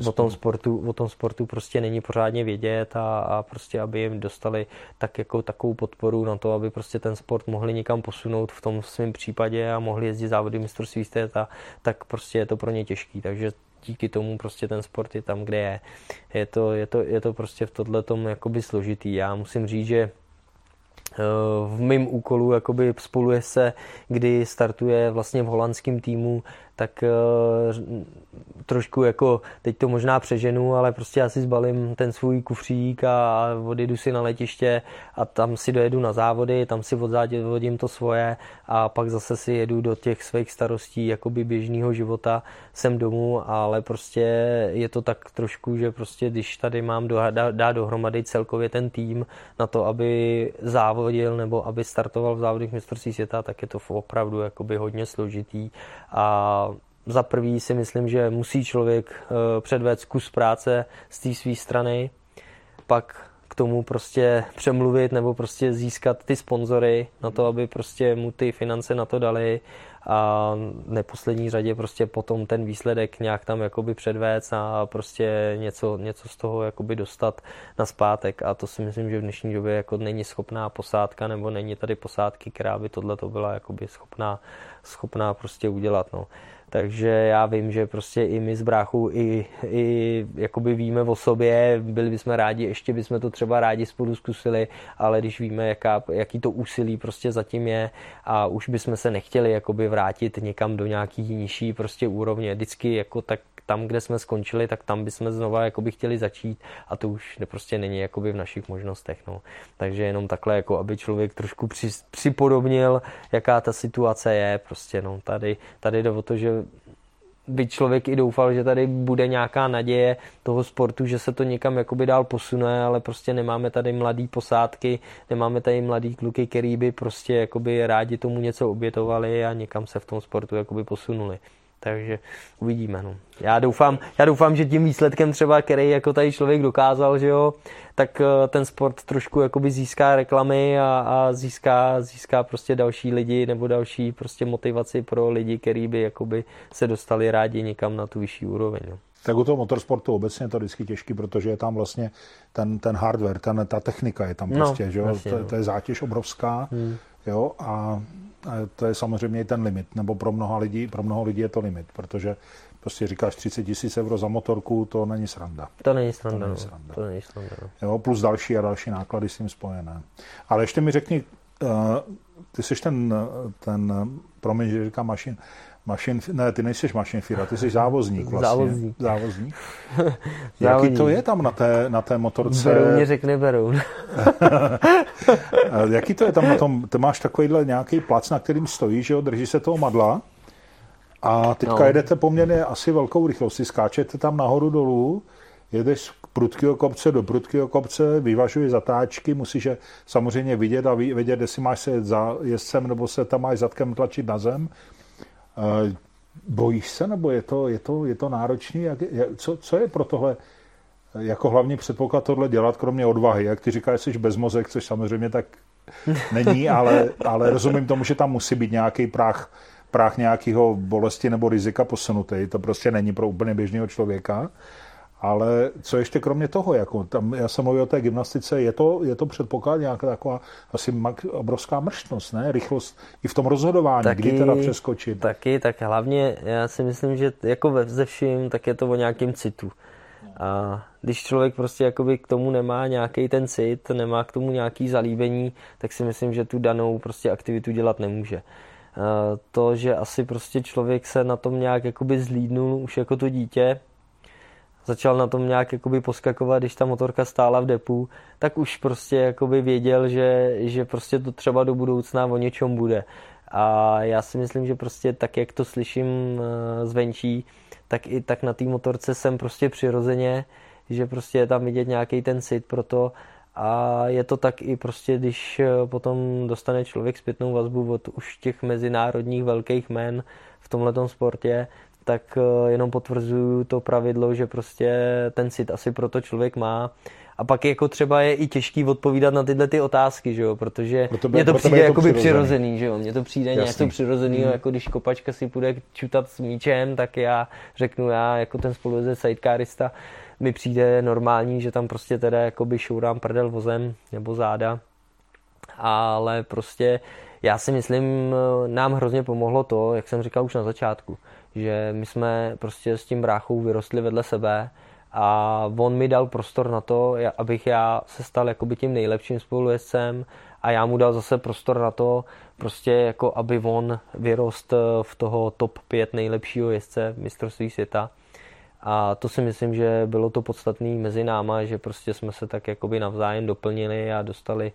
[SPEAKER 2] O tom sportu prostě není pořádně vědět a prostě aby jim dostali tak jako takovou podporu na to, aby prostě ten sport mohli někam posunout v tom svém případě a mohli jezdit závody mistrovství světa, tak prostě je to pro ně těžký, takže díky tomu prostě ten sport je tam, kde je. Je to prostě v tohletom jakoby složitý. Já musím říct, že v mém úkolu jakoby spoluje se, kdy startuje vlastně v holandském týmu, tak trošku jako, teď to možná přeženu, ale prostě já si zbalím ten svůj kufřík a odjedu si na letiště a tam si dojedu na závody, tam si odvodím to svoje a pak zase si jedu do těch svých starostí jakoby běžného života sem domů, ale prostě je to tak trošku, že prostě když tady mám dát dohromady celkově ten tým na to, aby závodil nebo aby startoval v závodech mistrovství světa, tak je to opravdu jakoby hodně složitý a za prvý si myslím, že musí člověk předvést kus práce z té své strany, pak k tomu prostě přemluvit nebo prostě získat ty sponzory na to, aby prostě mu ty finance na to dali a v neposlední řadě prostě potom ten výsledek nějak tam jakoby předvést a prostě něco z toho jakoby dostat na zpátek a to si myslím, že v dnešní době jako není schopná posádka nebo není tady posádky, která by tohleto byla jakoby schopná prostě udělat, no. Takže já vím, že prostě i my s bráchou i jakoby víme o sobě, byli bychom rádi, ještě bychom to třeba rádi spolu zkusili, ale když víme, jaký to úsilí prostě zatím je a už bychom se nechtěli jakoby vrátit někam do nějaký nižší prostě úrovně. Vždycky jako tak tam, kde jsme skončili, tak tam bychom znova jakoby chtěli začít a to už prostě není jakoby v našich možnostech. No. Takže jenom takhle, jako aby člověk trošku připodobnil, jaká ta situace je. Prostě, no. Tady jde o to, že by člověk i doufal, že tady bude nějaká naděje toho sportu, že se to někam jakoby dál posune, ale prostě nemáme tady mladý posádky, nemáme tady mladý kluky, který by prostě jakoby rádi tomu něco obětovali a někam se v tom sportu jakoby posunuli. Takže uvidíme. No. Já doufám, že tím výsledkem třeba, který jako tady člověk dokázal, že jo, tak ten sport trošku jakoby získá reklamy a získá prostě další lidi nebo další prostě motivaci pro lidi, kteří by jakoby se dostali rádi někam na tu vyšší úroveň. No.
[SPEAKER 1] Tak u toho motorsportu obecně je to vždycky těžký, protože je tam vlastně ten hardware, ta technika je tam prostě, že jo, vlastně, to je zátěž obrovská, jo, a to je samozřejmě i ten limit, nebo pro mnoho lidí je to limit, protože prostě říkáš 30 000 euro za motorku, to není sranda.
[SPEAKER 2] To není sranda.
[SPEAKER 1] Jo, plus další a další náklady s tím spojené. Ale ještě mi řekni, ty jsi ten promiň, že říkám ne, ty nejsiš mašinfíra, ty jsi závozník vlastně. Závozník. Jaký to je tam na té motorce?
[SPEAKER 2] Beroun mě řekne Beroun.
[SPEAKER 1] Jaký to je tam na tom, ty máš takovýhle nějaký plac, na kterým stojíš, že jo, drží se toho madla a teďka jedete poměrně asi velkou rychlostí, skáčete tam nahoru dolů, jedeš z prudkého kopce do prudkého kopce, vyvažuješ zatáčky, musíš je samozřejmě vidět a vědět, jestli máš se jet za jezdcem nebo se tam máš zadkem tlačit na zem. Bojíš se, nebo je to náročný? Co je pro tohle jako hlavní předpoklad tohle dělat, kromě odvahy. Jak ty říkáš, jsi bezmozek, což samozřejmě tak není, ale rozumím tomu, že tam musí být nějaký práh nějakého bolesti nebo rizika posunutý. To prostě není pro úplně běžného člověka. Ale co ještě kromě toho, jako tam, já jsem mluvil o té gymnastice, je to předpoklad nějaká taková asi obrovská mrštnost, ne? Rychlost i v tom rozhodování, taky, kdy teda přeskočit.
[SPEAKER 2] Taky, tak hlavně já si myslím, že jako ze vším, tak je to o nějakém citu. A když člověk prostě jakoby k tomu nemá nějaký ten cit, nemá k tomu nějaký zalíbení, tak si myslím, že tu danou prostě aktivitu dělat nemůže. To, že asi prostě člověk se na tom nějak jakoby zlídnul už jako to dítě, začal na tom nějak jakoby poskakovat, když ta motorka stála v depu, tak už prostě jakoby věděl, že prostě to třeba do budoucna o něčem bude. A já si myslím, že prostě tak, jak to slyším zvenčí, tak i tak na té motorce jsem prostě přirozeně, že prostě je tam vidět nějaký ten cit pro to. A je to tak i prostě, když potom dostane člověk zpětnou vazbu od už těch mezinárodních velkých jmen v tomhletom sportě, tak jenom potvrzuju to pravidlo, že prostě ten cit asi proto člověk má. A pak jako třeba je i těžký odpovídat na tyhle ty otázky, že jo, protože mně to přijde jakoby přirozený, že jo, mně to přijde něco přirozenýho, jako když kopačka si půjde čutat s míčem, tak já řeknu, já jako ten spolujezdec sidecarista, mi přijde normální, že tam prostě teda jakoby šourám prdel vozem nebo záda, ale prostě já si myslím, nám hrozně pomohlo to, jak jsem říkal už na začátku, že my jsme prostě s tím bráchou vyrostli vedle sebe a on mi dal prostor na to, abych já se stal jakoby tím nejlepším spolujezdcem a já mu dal zase prostor na to, prostě jako aby on vyrost v toho top 5 nejlepšího jezdce mistrovství světa. A to si myslím, že bylo to podstatné mezi náma, že prostě jsme se tak jakoby navzájem doplnili a dostali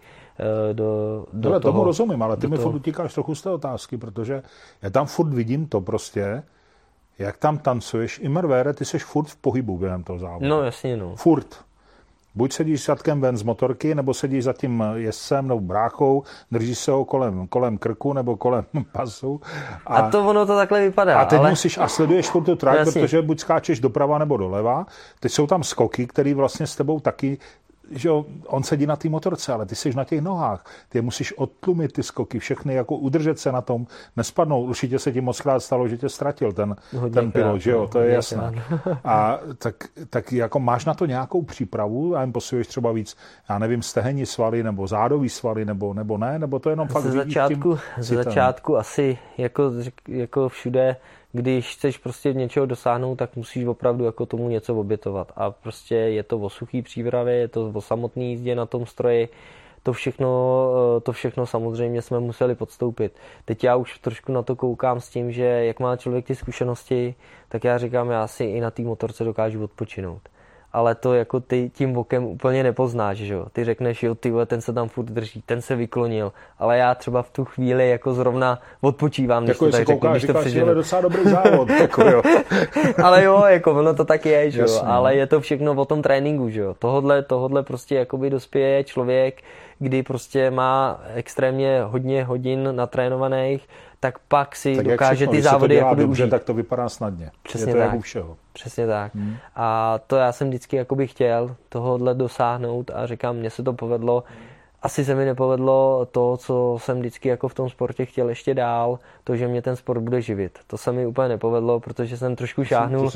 [SPEAKER 2] do toho.
[SPEAKER 1] Tomu rozumím, ale ty mi furt utíkáš trochu z té otázky, protože já tam furt vidím to prostě, jak tam tancuješ. Immervére, ty seš furt v pohybu během toho závodu.
[SPEAKER 2] No jasně, no.
[SPEAKER 1] Furt. Buď sedíš zadkem ven z motorky, nebo sedíš za tím jezdcem nebo bráchou, držíš se ho kolem krku nebo kolem pasu.
[SPEAKER 2] A to ono to takhle vypadá.
[SPEAKER 1] A teď musíš a sleduješ furt tu trať, protože buď skáčeš doprava nebo doleva. Teď jsou tam skoky, které vlastně s tebou taky, že on sedí na té motorce, ale ty jsi na těch nohách. Ty musíš odtlumit ty skoky, všechny, jako udržet se na tom, nespadnou. Určitě se ti mockrát stalo, že tě ztratil ten pilot, že jo, to je jasné. A tak jako máš na to nějakou přípravu a jim posiluješ třeba víc, já nevím, stehenní svaly nebo zádový svaly nebo ne, nebo to jenom fakt vidíš tím
[SPEAKER 2] Ze začátku asi jako všude, když chceš prostě něčeho dosáhnout, tak musíš opravdu jako tomu něco obětovat. A prostě je to o suchý přípravě, je to o samotné jízdě na tom stroji. To všechno samozřejmě jsme museli podstoupit. Teď já už trošku na to koukám s tím, že jak má člověk ty zkušenosti, tak já říkám, já si i na té motorce dokážu odpočinout. Ale to jako ty tím okem úplně nepoznáš, že jo. Ty řekneš, jo, tyhle, ten se tam furt drží, ten se vyklonil, ale já třeba v tu chvíli jako zrovna odpočívám, když to tak řeknu, když to přeženu.
[SPEAKER 1] To je docela dobrý závod, jako jo.
[SPEAKER 2] Ale jo, jako ono to tak je, že jo, ale je to všechno o tom tréninku, že jo. Tohodle prostě jakoby dospěje člověk, kdy prostě má extrémně hodně hodin natrénovaných, tak pak si tak dokáže ty závody jakoby
[SPEAKER 1] dobře, užít. Tak to vypadá snadně.
[SPEAKER 2] Přesně
[SPEAKER 1] je to
[SPEAKER 2] tak.
[SPEAKER 1] Jako u všeho.
[SPEAKER 2] Přesně tak. A to já jsem vždycky jakoby chtěl tohodle dosáhnout a říkám, mně se to povedlo. Asi se mi nepovedlo to, co jsem vždycky jako v tom sportě chtěl ještě dál, to, že mě ten sport bude živit. To se mi úplně nepovedlo, protože jsem trošku šáhnul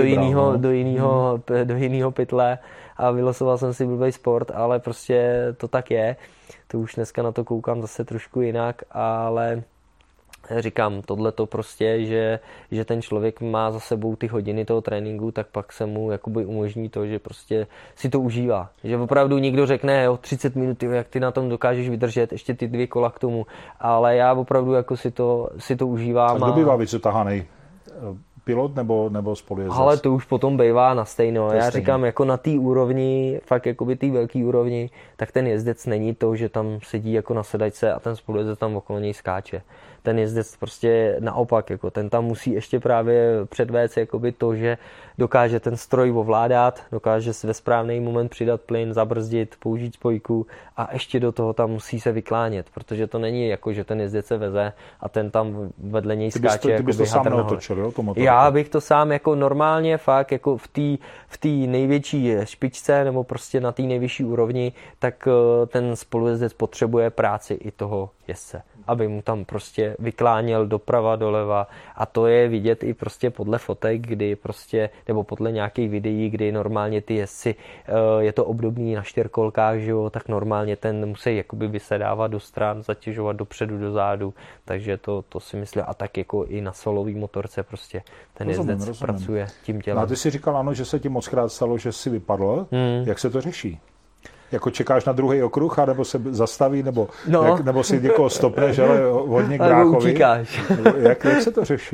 [SPEAKER 2] do jiného pytle a vylosoval jsem si blbej sport, ale prostě to tak je. To už dneska na to koukám zase trošku jinak, ale říkám, tohleto prostě, že ten člověk má za sebou ty hodiny toho tréninku, tak pak se mu jakoby umožní to, že prostě si to užívá. Že opravdu někdo řekne, jo, 30 minut, jak ty na tom dokážeš vydržet, ještě ty 2 kola k tomu, ale já opravdu jako si to užívám.
[SPEAKER 1] A kdo bývá víc utahanej? Pilot nebo spolujezdec?
[SPEAKER 2] Ale to už potom bývá na stejno. Já říkám, jako na té úrovni, fakt jakoby té velké úrovni, tak ten jezdec není to, že tam sedí jako na sedačce a ten spolujezdec tam okolo něj skáče. Ten jezdec prostě naopak, jako ten tam musí ještě právě předvést jakoby to, že dokáže ten stroj ovládat, dokáže si ve správný moment přidat plyn, zabrzdit, použít spojku a ještě do toho tam musí se vyklánět, protože to není jako, že ten jezdec se veze a ten tam vedle něj skáče.
[SPEAKER 1] Ty bys to sám neotočil, jo?
[SPEAKER 2] Já bych to sám jako normálně fakt jako v té největší špičce nebo prostě na té nejvyšší úrovni, tak ten spolujezdec potřebuje práci i toho jezdce, aby mu tam prostě vykláněl doprava, doleva, a to je vidět i prostě podle fotek, kdy prostě, nebo podle nějakých videí, kdy normálně ty jezdci, je to obdobný na čtyřkolkách, že jo, tak normálně ten musí jakoby vysedávat do stran, zatěžovat dopředu, dozadu, takže to si myslím, a tak jako i na solový motorce prostě ten jezdec pracuje tím tělem.
[SPEAKER 1] No a ty si říkal, ano, že se ti mockrát stalo, že jsi vypadl. Jak se to řeší? Jako čekáš na druhý okruh, nebo se zastaví, nebo si někoho stopneš, ale hodně k bráchovi? Jak se to řeší?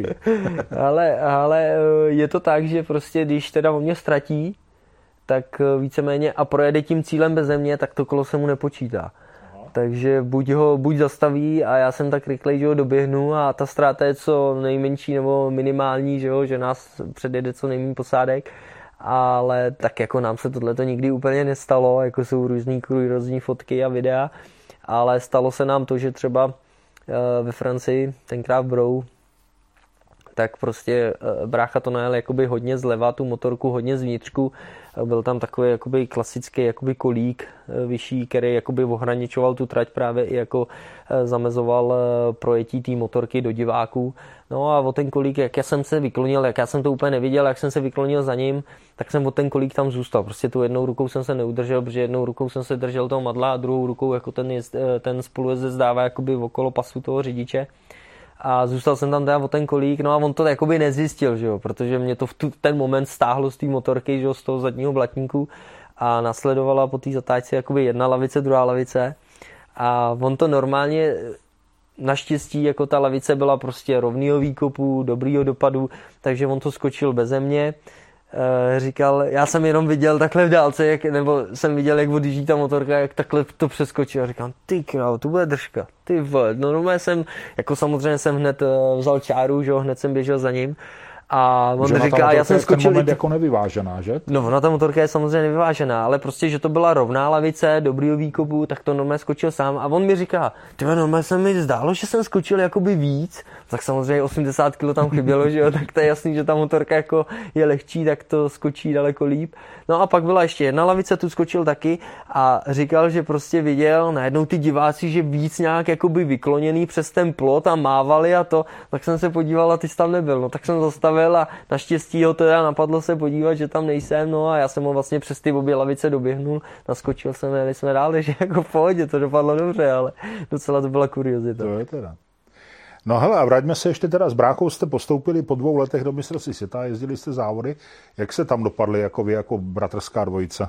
[SPEAKER 2] ale je to tak, že prostě když teda on mě ztratí, tak víceméně a projede tím cílem beze mě, tak to kolo se mu nepočítá. Takže buď zastaví a já jsem tak rychlej, že ho doběhnu a ta ztráta je co nejmenší nebo minimální, že nás předjede co nejméně posádek. Ale tak jako nám se tohleto nikdy úplně nestalo, jako jsou různý fotky a videa, ale stalo se nám to, že třeba ve Francii, tenkrát v Brou, tak prostě brácha to najel jakoby hodně zleva, tu motorku hodně zvnitřku, byl tam takový jakoby klasický jakoby kolík vyšší, který jakoby ohraničoval tu trať, právě i jako zamezoval projetí té motorky do diváků. No a o ten kolík, jak já jsem se vyklonil, jak já jsem to úplně neviděl, jak jsem se vyklonil za ním, tak jsem o ten kolík tam zůstal. Prostě tu jednou rukou jsem se neudržel, protože jednou rukou jsem se držel toho madla a druhou rukou jako ten spolujezdec dává jakoby okolo pasu toho řidiče. A zůstal jsem tam teda o ten kolík, no a on to jakoby nezjistil, že jo, protože mě to v ten moment stáhlo z té motorky, že jo, z toho zadního blatníku a nasledovala po té zatáčce jakoby jedna lavice, druhá lavice a on to normálně, naštěstí jako ta lavice byla prostě rovnýho výkopu, dobrýho dopadu, takže on to skočil beze mě. Říkal, já jsem jenom viděl takhle v dálce, nebo jsem viděl, jak odjíždí ta motorka, jak takhle to přeskočil. A říkám, ty krávo, to bude držka, ty vole. No normálně jsem, jako samozřejmě jsem hned vzal čáru, že jo, hned jsem běžel za ním. A on říká, já jsem skočil...
[SPEAKER 1] Ten moment jako nevyvážená, že?
[SPEAKER 2] No, ona ta motorka je samozřejmě nevyvážená, ale prostě, že to byla rovná lavice, dobrýho výkopu, tak to normálně skočil sám. A on mi říká, tyhle, normálně se mi zdálo, že jsem skočil jakoby víc, tak samozřejmě 80 kg tam chybělo, že jo, tak to je jasný, že ta motorka jako je lehčí, tak to skočí daleko líp. No a pak byla ještě jedna lavice, tu skočil taky a říkal, že prostě viděl najednou ty diváci, že víc nějak jakoby vykloněný přes ten plot a mávali a to, tak jsem se podíval a ty jsi tam nebyl, no tak jsem zastavil a naštěstí ho teda napadlo se podívat, že tam nejsem, no a já jsem ho vlastně přes ty obě lavice doběhnul, naskočil jsem, jeli jsme dál, že jako v pohodě, to dopadlo dobře, ale docela to byla kuriozita.
[SPEAKER 1] To je teda. No hele, a vraťme se ještě teda, s bráchou jste postoupili po 2 letech do mistrovství světa, jezdili jste závody, jak se tam dopadli jako vy, jako bratrská dvojice?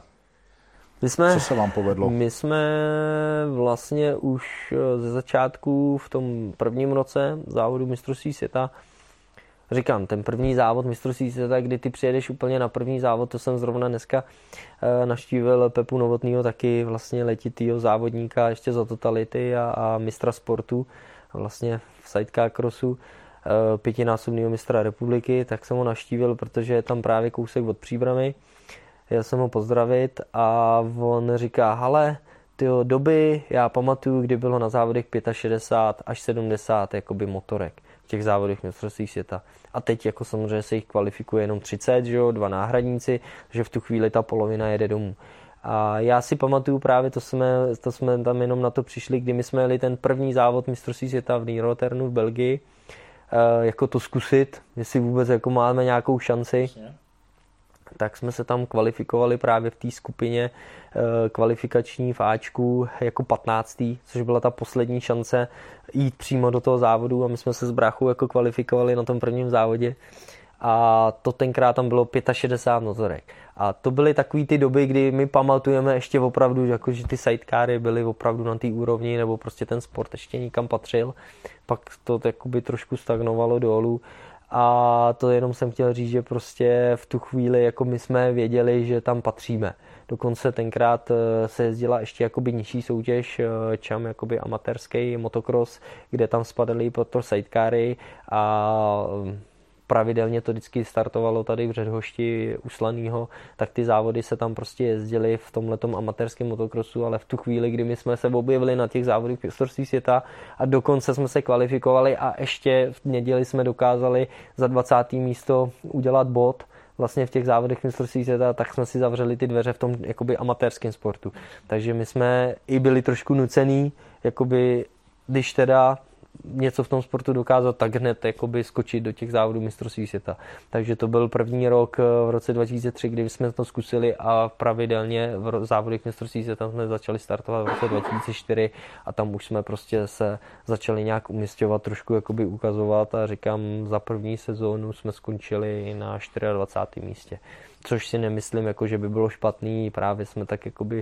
[SPEAKER 1] Co se vám povedlo?
[SPEAKER 2] My jsme vlastně už ze začátku v tom prvním roce závodu mistrovství světa, říkám, ten první závod mistrovství světa, kdy ty přijedeš úplně na první závod, to jsem zrovna dneska navštívil Pepu Novotnýho, taky vlastně letitýho závodníka ještě za totality a mistra sportu, vlastně v sidecar crossu, 5násobného mistra republiky, tak jsem ho navštívil, protože je tam právě kousek od Příbramy. Jel jsem ho pozdravit a on říká, hele, tyjo, doby, já pamatuju, kdy bylo na závodech 65 až 70 jakoby motorek v těch závodech mistrovství světa. A teď jako samozřejmě se jich kvalifikuje jenom 30, že jo, 2 náhradníci, že v tu chvíli ta polovina jede domů. A já si pamatuju právě, to jsme tam jenom na to přišli, kdy my jsme jeli ten první závod mistrovství světa v Nýroternu v Belgii, jako to zkusit, jestli vůbec jako máme nějakou šanci. Tak jsme se tam kvalifikovali právě v té skupině kvalifikační v Ačku jako 15. což byla ta poslední šance jít přímo do toho závodu a my jsme se s bráchou jako kvalifikovali na tom prvním závodě a to tenkrát tam bylo 65 motorek. A to byly takový ty doby, kdy my pamatujeme ještě opravdu, jako, že ty sidecary byly opravdu na té úrovni, nebo prostě ten sport ještě nikam patřil. Pak to jakoby trošku stagnovalo dolů. A to jenom jsem chtěl říct, že prostě v tu chvíli jako my jsme věděli, že tam patříme. Dokonce tenkrát se jezdila ještě jakoby nižší soutěž, čam jakoby amatérský motocross, kde tam spadaly pod to sidecary a pravidelně to vždycky startovalo tady v Břehošti u Slanýho, tak ty závody se tam prostě jezdily v tomhletom amatérském motokrosu, ale v tu chvíli, kdy my jsme se objevili na těch závodech mistrovství světa a dokonce jsme se kvalifikovali a ještě v neděli jsme dokázali za 20. místo udělat bod vlastně v těch závodech mistrovství světa, tak jsme si zavřeli ty dveře v tom jakoby amatérském sportu. Takže my jsme i byli trošku nucený, jakoby, když teda něco v tom sportu dokázat, tak hned jakoby skočit do těch závodů mistrovství světa. Takže to byl první rok v roce 2003, kdy jsme to zkusili a pravidelně v závodech mistrovství světa jsme začali startovat v roce 2004 a tam už jsme prostě se začali nějak umisťovat, trošku jakoby ukazovat a říkám, za první sezónu jsme skončili na 24. místě. Což si nemyslím, jako, že by bylo špatný, právě jsme tak jakoby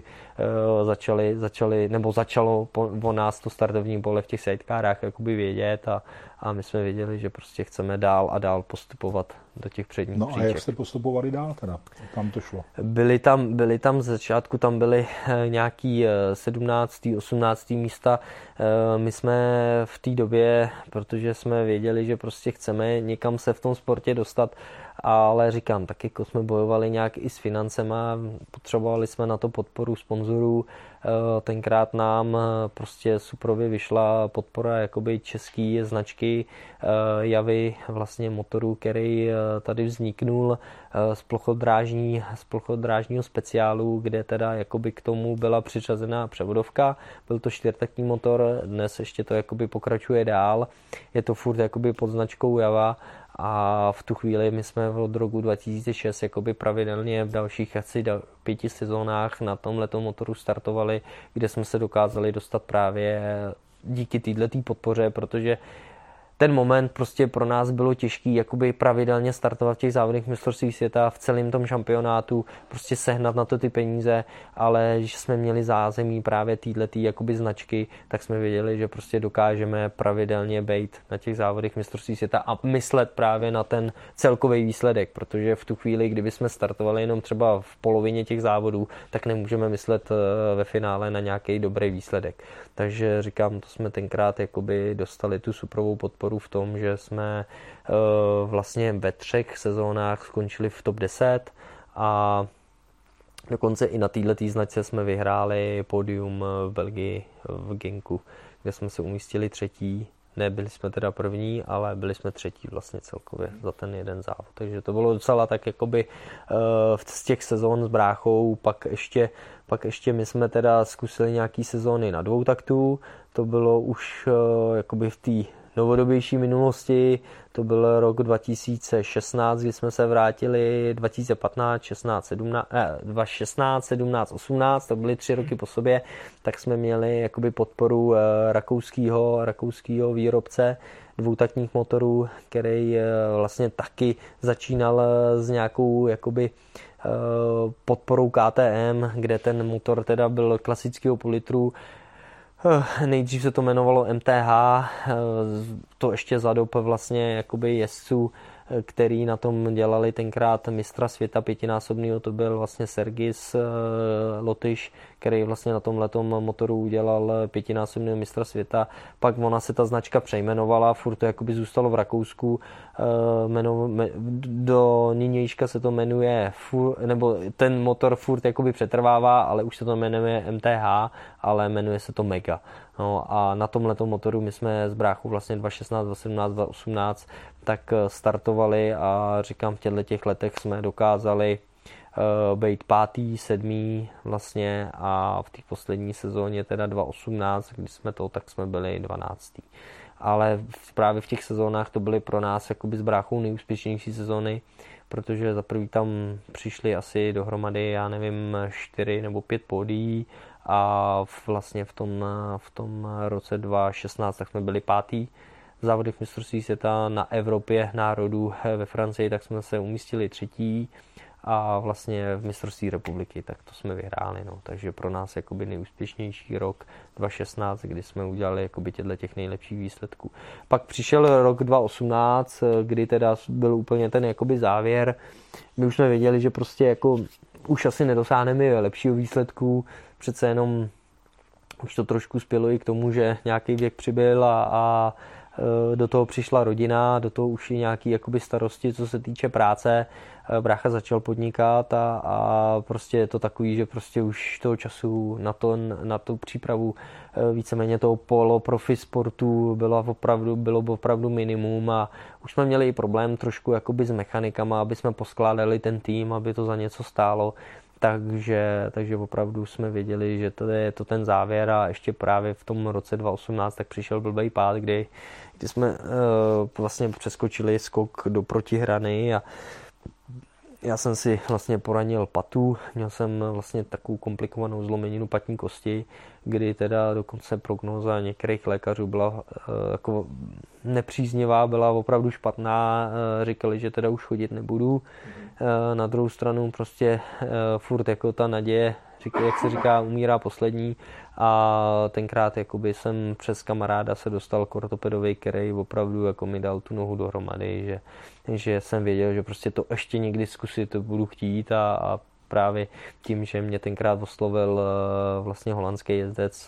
[SPEAKER 2] začalo o nás to startovní pole v těch sidekárách jakoby vědět a my jsme věděli, že prostě chceme dál a dál postupovat do těch předních příček.
[SPEAKER 1] No a jak jste postupovali dál teda? Tam to šlo?
[SPEAKER 2] Byli tam z začátku, tam byly nějaký 17., 18. místa. My jsme v té době, protože jsme věděli, že prostě chceme někam se v tom sportě dostat, ale říkám, tak jako jsme bojovali nějak i s financema, potřebovali jsme na to podporu sponzorů. Tenkrát nám prostě suprově vyšla podpora jakoby český značky Javy, vlastně motoru, který tady vzniknul z plochodrážního speciálu, kde teda jakoby k tomu byla přiřazená převodovka. Byl to čtyřtaktní motor, dnes ještě to jakoby pokračuje dál. Je to furt jakoby pod značkou Java. A v tu chvíli my jsme od roku 2006 jakoby pravidelně v dalších asi 5 sezónách na tomhletom motoru startovali, kde jsme se dokázali dostat právě díky této podpoře, protože ten moment prostě pro nás bylo těžký jakoby pravidelně startovat v těch závodech mistrovství světa v celém tom šampionátu, prostě sehnat na to ty peníze, ale když jsme měli zázemí právě této jakoby značky, tak jsme věděli, že prostě dokážeme pravidelně být na těch závodech mistrovství světa a myslet právě na ten celkový výsledek, protože v tu chvíli, kdyby jsme startovali jenom třeba v polovině těch závodů, tak nemůžeme myslet ve finále na nějaký dobrý výsledek. Takže říkám, to jsme tenkrát jakoby dostali tu suprovou podporu v tom, že jsme vlastně ve 3 sezónách skončili v top 10 a dokonce i na této značce jsme vyhráli pódium v Belgii v Genku, kde jsme se umístili 3. Nebyli jsme teda první, ale byli jsme 3. vlastně celkově za ten jeden závod. Takže to bylo docela tak jakoby z těch sezón s bráchou, pak ještě my jsme teda zkusili nějaký sezóny na 2 taktů, to bylo už jakoby v té novodobější minulosti, to byl rok 2016, kdy jsme se vrátili 2015, 16, 17, 2016, 17, 18, to byly 3 roky po sobě, tak jsme měli jakoby podporu rakouského výrobce dvoutaktních motorů, který vlastně taky začínal s nějakou jakoby podporou KTM, kde ten motor teda byl klasického půl litru. Nejdřív se to jmenovalo MTH, to ještě za dob vlastně jakoby jezdců, který na tom dělali tenkrát mistra světa 5násobného, to byl vlastně Sergis Lotyš, který vlastně na tomhletom motoru udělal 5násobného mistra světa. Pak ona se ta značka přejmenovala, furt to jakoby zůstalo v Rakousku, do nynějška se to jmenuje, nebo ten motor furt jakoby přetrvává, ale už se to jmenuje MTH, ale jmenuje se to Mega. No a na tomhletom motoru my jsme z bráchu vlastně 2016, 2017, 2018 tak startovali a říkám, v těchto letech jsme dokázali být 5., 7. vlastně a v té poslední sezóně teda 2018, když jsme to, tak jsme byli 12. Ale právě v těch sezónách to byly pro nás jakoby s bráchou nejúspěšnější sezóny, protože za prvý tam přišli asi dohromady, já nevím, 4 nebo 5 pódií a vlastně v tom roce 2016 tak jsme byli 5. v závodech mistrovství světa na Evropě národů ve Francii, tak jsme se umístili 3. a vlastně v mistrovství republiky, tak to jsme vyhráli. No. Takže pro nás jakoby nejúspěšnější rok 2016, kdy jsme udělali jakoby těch nejlepších výsledků. Pak přišel rok 2018, kdy teda byl úplně ten jakoby závěr. My už jsme věděli, že prostě jako už asi nedosáhneme lepšího výsledku, přece jenom už to trošku spělo i k tomu, že nějaký věk přibyl a do toho přišla rodina, do toho už i nějaký jakoby starosti, co se týče práce. Brácha začal podnikat a prostě je to takový, že prostě už toho času na tu přípravu víceméně toho profi sportu bylo opravdu minimum a už jsme měli i problém trošku jakoby s mechanikama, aby jsme poskládali ten tým, aby to za něco stálo. Takže opravdu jsme věděli, že to je to ten závěr a ještě právě v tom roce 2018 tak přišel blbej pád, kdy jsme vlastně přeskočili skok do protihrany a já jsem si vlastně poranil patu, měl jsem vlastně takovou komplikovanou zlomeninu patní kosti, kdy teda dokonce prognóza některých lékařů byla jako nepříznivá, byla opravdu špatná, říkali, že teda už chodit nebudu. Na druhou stranu prostě furt jako ta naděje, jak se říká, umírá poslední a tenkrát jakoby jsem přes kamaráda se dostal k ortopedovi, který opravdu jako mi dal tu nohu dohromady, že jsem věděl, že prostě to ještě někdy zkusit budu chtít a právě tím, že mě tenkrát oslovil vlastně holandský jezdec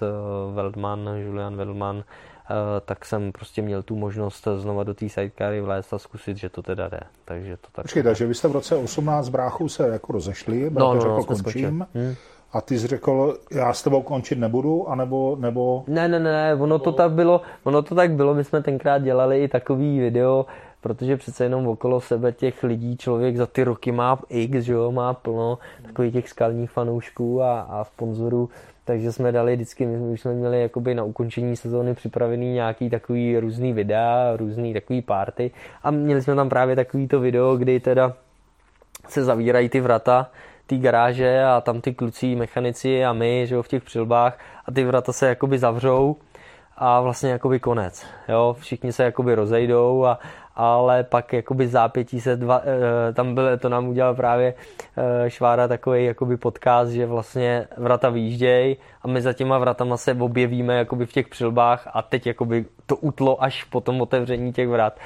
[SPEAKER 2] Julian Veldman, tak jsem prostě měl tu možnost znova do té sidecary vlézt a zkusit, že to teda jde. Takže to tak.
[SPEAKER 1] Počkej, takže vy jste v roce 18 s bráchou se jako rozešli, řekl končím. A ty jsi řekl, já s tebou končit nebudu, nebo...
[SPEAKER 2] Ne, ono to tak bylo, my jsme tenkrát dělali i takový video, protože přece jenom okolo sebe těch lidí člověk za ty roky má x, že jo, má plno takových těch skalních fanoušků a sponzorů, takže jsme dali vždycky, my už jsme měli jakoby na ukončení sezóny připravený nějaký takový různý videa, různý takový party a měli jsme tam právě takovýto video, kdy teda se zavírají ty vrata té garáže a tam ty kluci, mechanici a my, že jo, v těch přilbách a ty vrata se jakoby zavřou a vlastně jakoby konec, jo, všichni se jakoby rozejdou ale pak jakoby zápětí se tam bylo, to nám udělal právě Švára takový jakoby podcast, že vlastně vrata vyjíždějí a my za těma vratama se objevíme jakoby v těch přilbách a teď jakoby to utlo až po tom otevření těch vrat.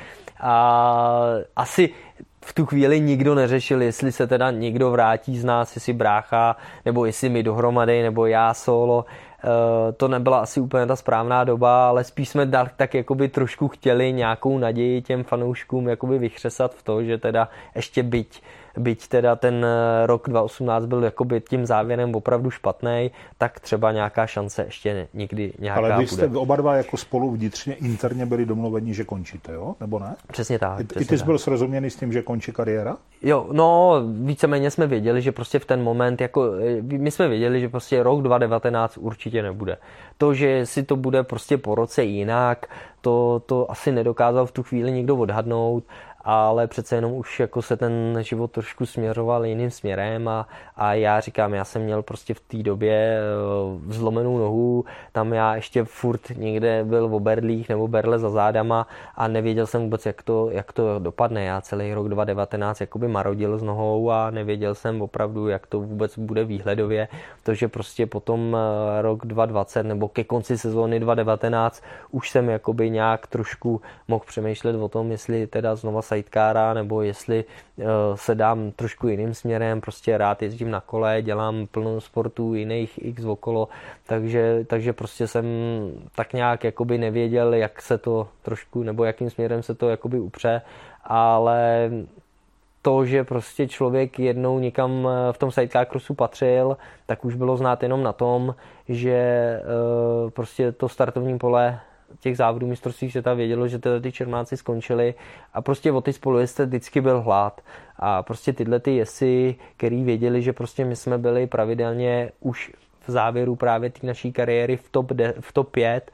[SPEAKER 2] A asi v tu chvíli nikdo neřešil, jestli se teda někdo vrátí z nás, jestli brácha, nebo jestli my dohromady, nebo já solo. To nebyla asi úplně ta správná doba, ale spíš jsme tak jakoby trošku chtěli nějakou naději těm fanouškům jakoby vychřesat v to, že teda ještě byť teda ten rok 2018 byl jakoby tím závěrem opravdu špatný, tak třeba nějaká šance ještě někdy nějaká bude.
[SPEAKER 1] Ale vy jste oba dva jako spolu vnitřně interně byli domluveni, že končíte, jo? Nebo ne?
[SPEAKER 2] Přesně tak.
[SPEAKER 1] I ty jsi byl srozuměný s tím, že končí kariéra?
[SPEAKER 2] Jo, no víceméně jsme věděli, že prostě v ten moment, jako my jsme věděli, že prostě rok 2019 určitě nebude. To, že si to bude prostě po roce jinak, to asi nedokázal v tu chvíli nikdo odhadnout, ale přece jenom už jako se ten život trošku směřoval jiným směrem a já říkám, já jsem měl prostě v té době zlomenou nohu, tam já ještě furt někde byl v oberlích nebo berle za zádama a nevěděl jsem vůbec, jak to dopadne. Já celý rok 2019 jakoby marodil s nohou a nevěděl jsem opravdu, jak to vůbec bude výhledově, protože prostě potom rok 2020 nebo ke konci sezóny 2019 už jsem jakoby nějak trošku mohl přemýšlet o tom, jestli teda znova sidecara, nebo jestli se dám trošku jiným směrem, prostě rád jezdím na kole, dělám plno sportů jiných x okolo, takže prostě jsem tak nějak jakoby nevěděl, jak se to trošku, nebo jakým směrem se to jakoby upře, ale to, že prostě člověk jednou někam v tom sidecar crossu patřil, tak už bylo znát jenom na tom, že prostě to startovní pole těch závodů mistrovství světa vědělo, že ty Čermáci skončili a prostě o ty spolujezdce vždycky byl hlad. A prostě tyhle ty jezdci, který věděli, že prostě my jsme byli pravidelně už v závěru právě té naší kariéry v top 5,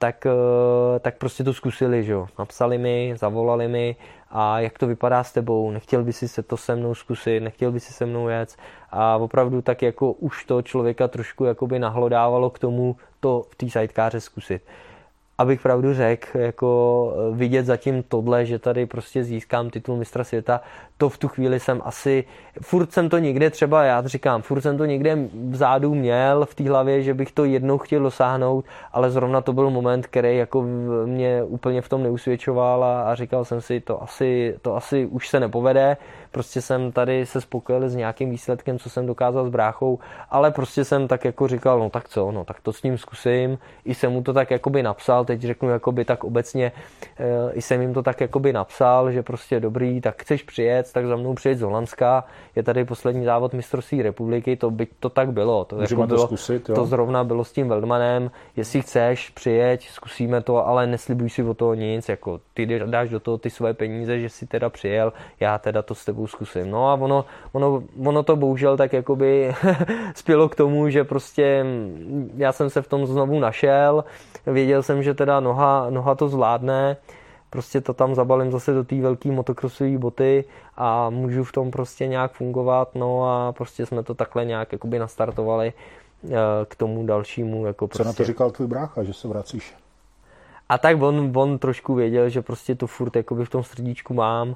[SPEAKER 2] tak prostě to zkusili, že jo. Napsali mi, zavolali mi a jak to vypadá s tebou, nechtěl by si se to se mnou zkusit, nechtěl by si se mnou jet a opravdu tak jako už to člověka trošku jakoby nahlodávalo k tomu to v té sidekáře zkusit. Abych pravdu řekl, jako vidět zatím tohle, že tady prostě získám titul mistra světa, to v tu chvíli jsem asi, furt jsem to někde třeba, já říkám, furt jsem to někde vzadu měl v té hlavě, že bych to jednou chtěl dosáhnout, ale zrovna to byl moment, který jako mě úplně v tom neusvědčoval a říkal jsem si, to asi už se nepovede, prostě jsem tady se spokojil s nějakým výsledkem, co jsem dokázal s bráchou, ale prostě jsem tak jako říkal, no tak co, no tak to s ním zkusím, i jsem mu to tak jakoby napsal, přál, teď řeknu jakoby tak obecně, i jsem jim to tak jakoby napsal, že prostě dobrý, tak chceš přijet, tak za mnou přijet z Holandska, je tady poslední závod mistrovství republiky, to by to tak bylo. To, jako bylo,
[SPEAKER 1] zkusit, jo?
[SPEAKER 2] To zrovna bylo s tím Veldmanem, jestli chceš, přijeď, zkusíme to, ale neslibuj si o toho nic, jako ty dáš do toho ty své peníze, že si teda přijel, já teda to s tebou zkusím. No a ono to bohužel tak jakoby spělo k tomu, že prostě já jsem se v tom znovu našel, věděl jsem, že teda noha to zvládne, prostě to tam zabalím zase do té velké motokrosové boty a můžu v tom prostě nějak fungovat, no a prostě jsme to takhle nějak jakoby nastartovali k tomu dalšímu. Jako prostě.
[SPEAKER 1] Co na to říkal tvůj brácha, že se vracíš?
[SPEAKER 2] A tak on trošku věděl, že prostě to furt jakoby v tom srdíčku mám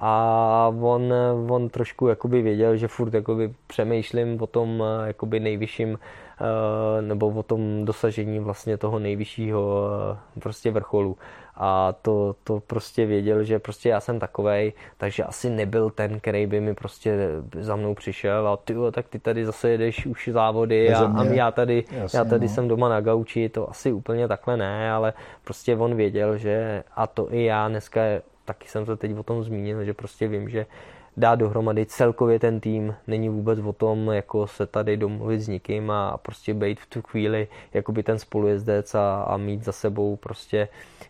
[SPEAKER 2] a on trošku jakoby věděl, že furt jakoby přemýšlím o tom jakoby nejvyšším nebo o tom dosažení vlastně toho nejvyššího prostě vrcholu. A to prostě věděl, že prostě já jsem takovej, takže asi nebyl ten, který by mi prostě za mnou přišel a tak ty tady zase jedeš už závody a já tady jsem doma na gauči, to asi úplně takhle ne, ale prostě on věděl, že a to i já dneska taky jsem se teď o tom zmínil, že prostě vím, že dát dohromady celkově ten tým není vůbec o tom, jako se tady domluvit s nikým a prostě být v tu chvíli jakoby ten spolujezdec a mít za sebou prostě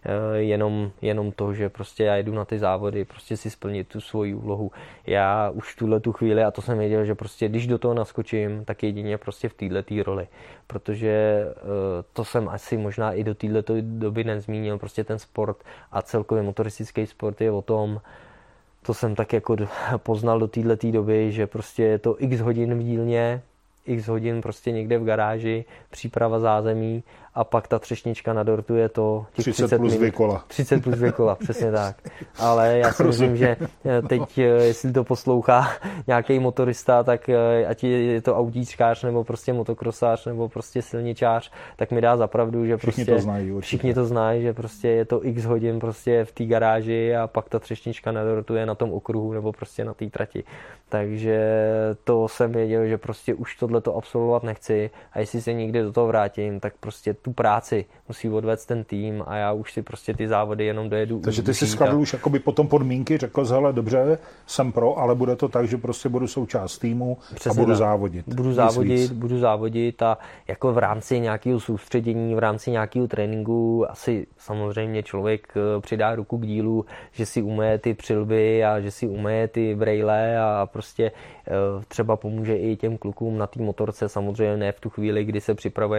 [SPEAKER 2] jenom to, že prostě já jdu na ty závody, prostě si splnit tu svoji úlohu. Já už v tuhle tu chvíli, a to jsem věděl, že prostě když do toho naskočím, tak jedině prostě v této roli, protože to jsem asi možná i do této doby nezmínil, prostě ten sport a celkově motoristický sport je o tom, to jsem tak jako poznal do této doby, že prostě je to x hodin v dílně, x hodin prostě někde v garáži, příprava zázemí a pak ta třešnička na dortu je to těch
[SPEAKER 1] 30 plus 2 kola.
[SPEAKER 2] 30 plus 2 kola, přesně tak. Ale já si myslím, že teď, jestli to poslouchá nějaký motorista, tak ať je to autíčkář, nebo prostě motokrosář, nebo prostě silničář, tak mi dá za pravdu, že prostě všichni to znají, že prostě je to x hodin prostě v té garáži a pak ta třešnička na dortu je na tom okruhu nebo prostě na té trati. Takže to jsem věděl, že prostě už tohleto absolvovat nechci a jestli se někdy do toho vrátím, tak prostě tu práci musí odvést ten tým a já už si prostě ty závody jenom dojedu. Takže
[SPEAKER 1] ty si skladl už jakoby potom podmínky, řekl jsi, hele, dobře, jsem pro, ale bude to tak, že prostě budu součást týmu. Přesně, a budu závodit.
[SPEAKER 2] Budu závodit a jako v rámci nějakého soustředění, v rámci nějakého tréninku asi samozřejmě člověk přidá ruku k dílu, že si umeje ty přilby a že si umeje ty brejle a prostě třeba pomůže i těm klukům na té motorce, samozřejmě ne v tu chvíli, kdy se připravuje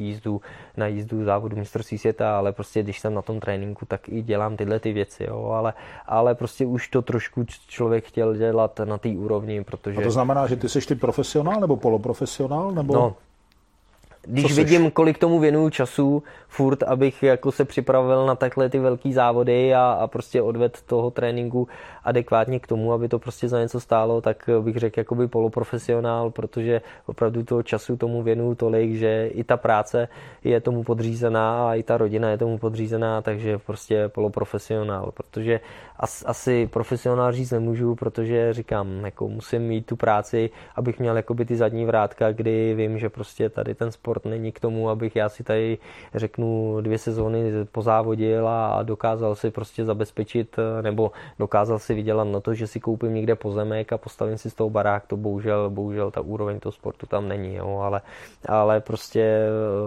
[SPEAKER 2] na jízdu závodu mistrovství světa, ale prostě když jsem na tom tréninku, tak i dělám tyhle ty věci, jo, ale prostě už to trošku člověk chtěl dělat na té úrovni, protože...
[SPEAKER 1] A to znamená, že ty jsi profesionál nebo poloprofesionál, nebo...
[SPEAKER 2] No, když vidím, kolik tomu věnuju času, furt, abych jako se připravil na takhle ty velký závody a prostě odvedl toho tréninku adekvátně k tomu, aby to prostě za něco stálo, tak bych řekl jakoby poloprofesionál, protože opravdu toho času tomu věnuju tolik, že i ta práce je tomu podřízená a i ta rodina je tomu podřízená, takže prostě poloprofesionál, protože asi profesionál říct nemůžu, protože říkám, jako musím mít tu práci, abych měl jakoby ty zadní vrátka, kdy vím, že prostě tady ten sport není k tomu, abych já si tady řeknu 2 sezóny pozávodil a dokázal si prostě zabezpečit nebo dokázal si vydělat na to, že si koupím někde pozemek a postavím si z toho barák, to bohužel ta úroveň toho sportu tam není, jo, ale prostě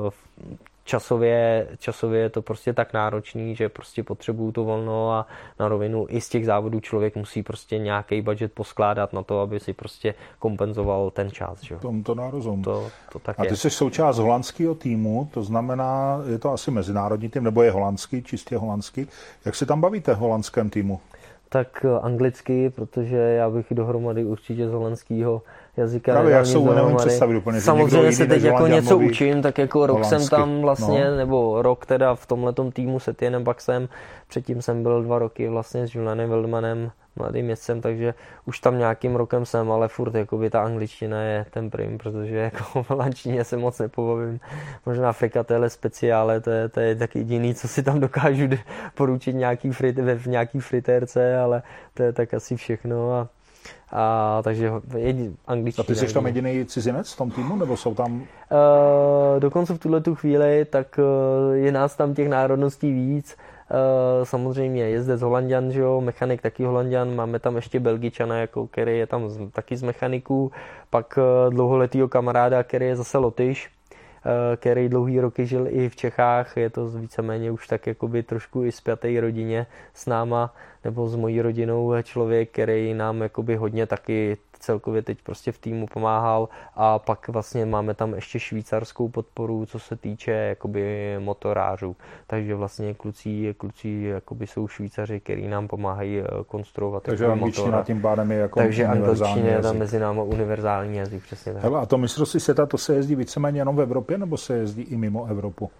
[SPEAKER 2] časově je to prostě tak náročný, že prostě potřebuju to volno a na rovinu i z těch závodů člověk musí prostě nějaký budget poskládat na to, aby si prostě kompenzoval ten čas. Že?
[SPEAKER 1] To nározum.
[SPEAKER 2] To tak
[SPEAKER 1] a ty jsi součást holandského týmu, to znamená, je to asi mezinárodní tým, nebo je holandský, čistě holandský. Jak se tam bavíte v holandském týmu?
[SPEAKER 2] Tak anglicky, protože já bych dohromady určitě z holandského jazyka.
[SPEAKER 1] Právě jak jsou, nevím představit úplně.
[SPEAKER 2] Samozřejmě se teď jako něco učím, tak jako rok holandsky. Jsem tam vlastně, nebo rok teda v tomhletom týmu se Etiennem Baxem, předtím jsem byl 2 roky vlastně s Julianem Veldmanem, mladým jezdcem, takže už tam nějakým rokem jsem, ale furt jakoby ta angličtina je ten prim, protože jako v holandštině se moc nepobavím. Možná frikatele speciále, to je tak jediný, co si tam dokážu poručit v nějaký fritérce, ale to je tak asi všechno. A takže angličtina.
[SPEAKER 1] A ty jsi tam jediný cizinec v tom týmu, nebo jsou tam?
[SPEAKER 2] Dokonce v tuhletu chvíli, tak je nás tam těch národností víc. Samozřejmě jezdec Holanďan, že jo, mechanik taky Holanďan, máme tam ještě Belgičana, jako, který je tam taky z mechaniků, pak dlouholetýho kamaráda, který je zase Lotyš, který dlouhý roky žil i v Čechách, je to víceméně už tak jakoby trošku i spjatý rodině s náma, nebo s mojí rodinou člověk, který nám jakoby hodně taky celkově teď prostě v týmu pomáhal, a pak vlastně máme tam ještě švýcarskou podporu, co se týče jakoby motorářů, takže vlastně kluci jakoby jsou Švýcaři, který nám pomáhají konstruovat.
[SPEAKER 1] Takže angličtina tím pádem je jako
[SPEAKER 2] takže
[SPEAKER 1] univerzální
[SPEAKER 2] angličtina je tam mezi námi univerzální jazyk, přesně tak.
[SPEAKER 1] Hele, a to mistrovství světa, to se jezdí víceméně jenom v Evropě, nebo se jezdí i mimo Evropu?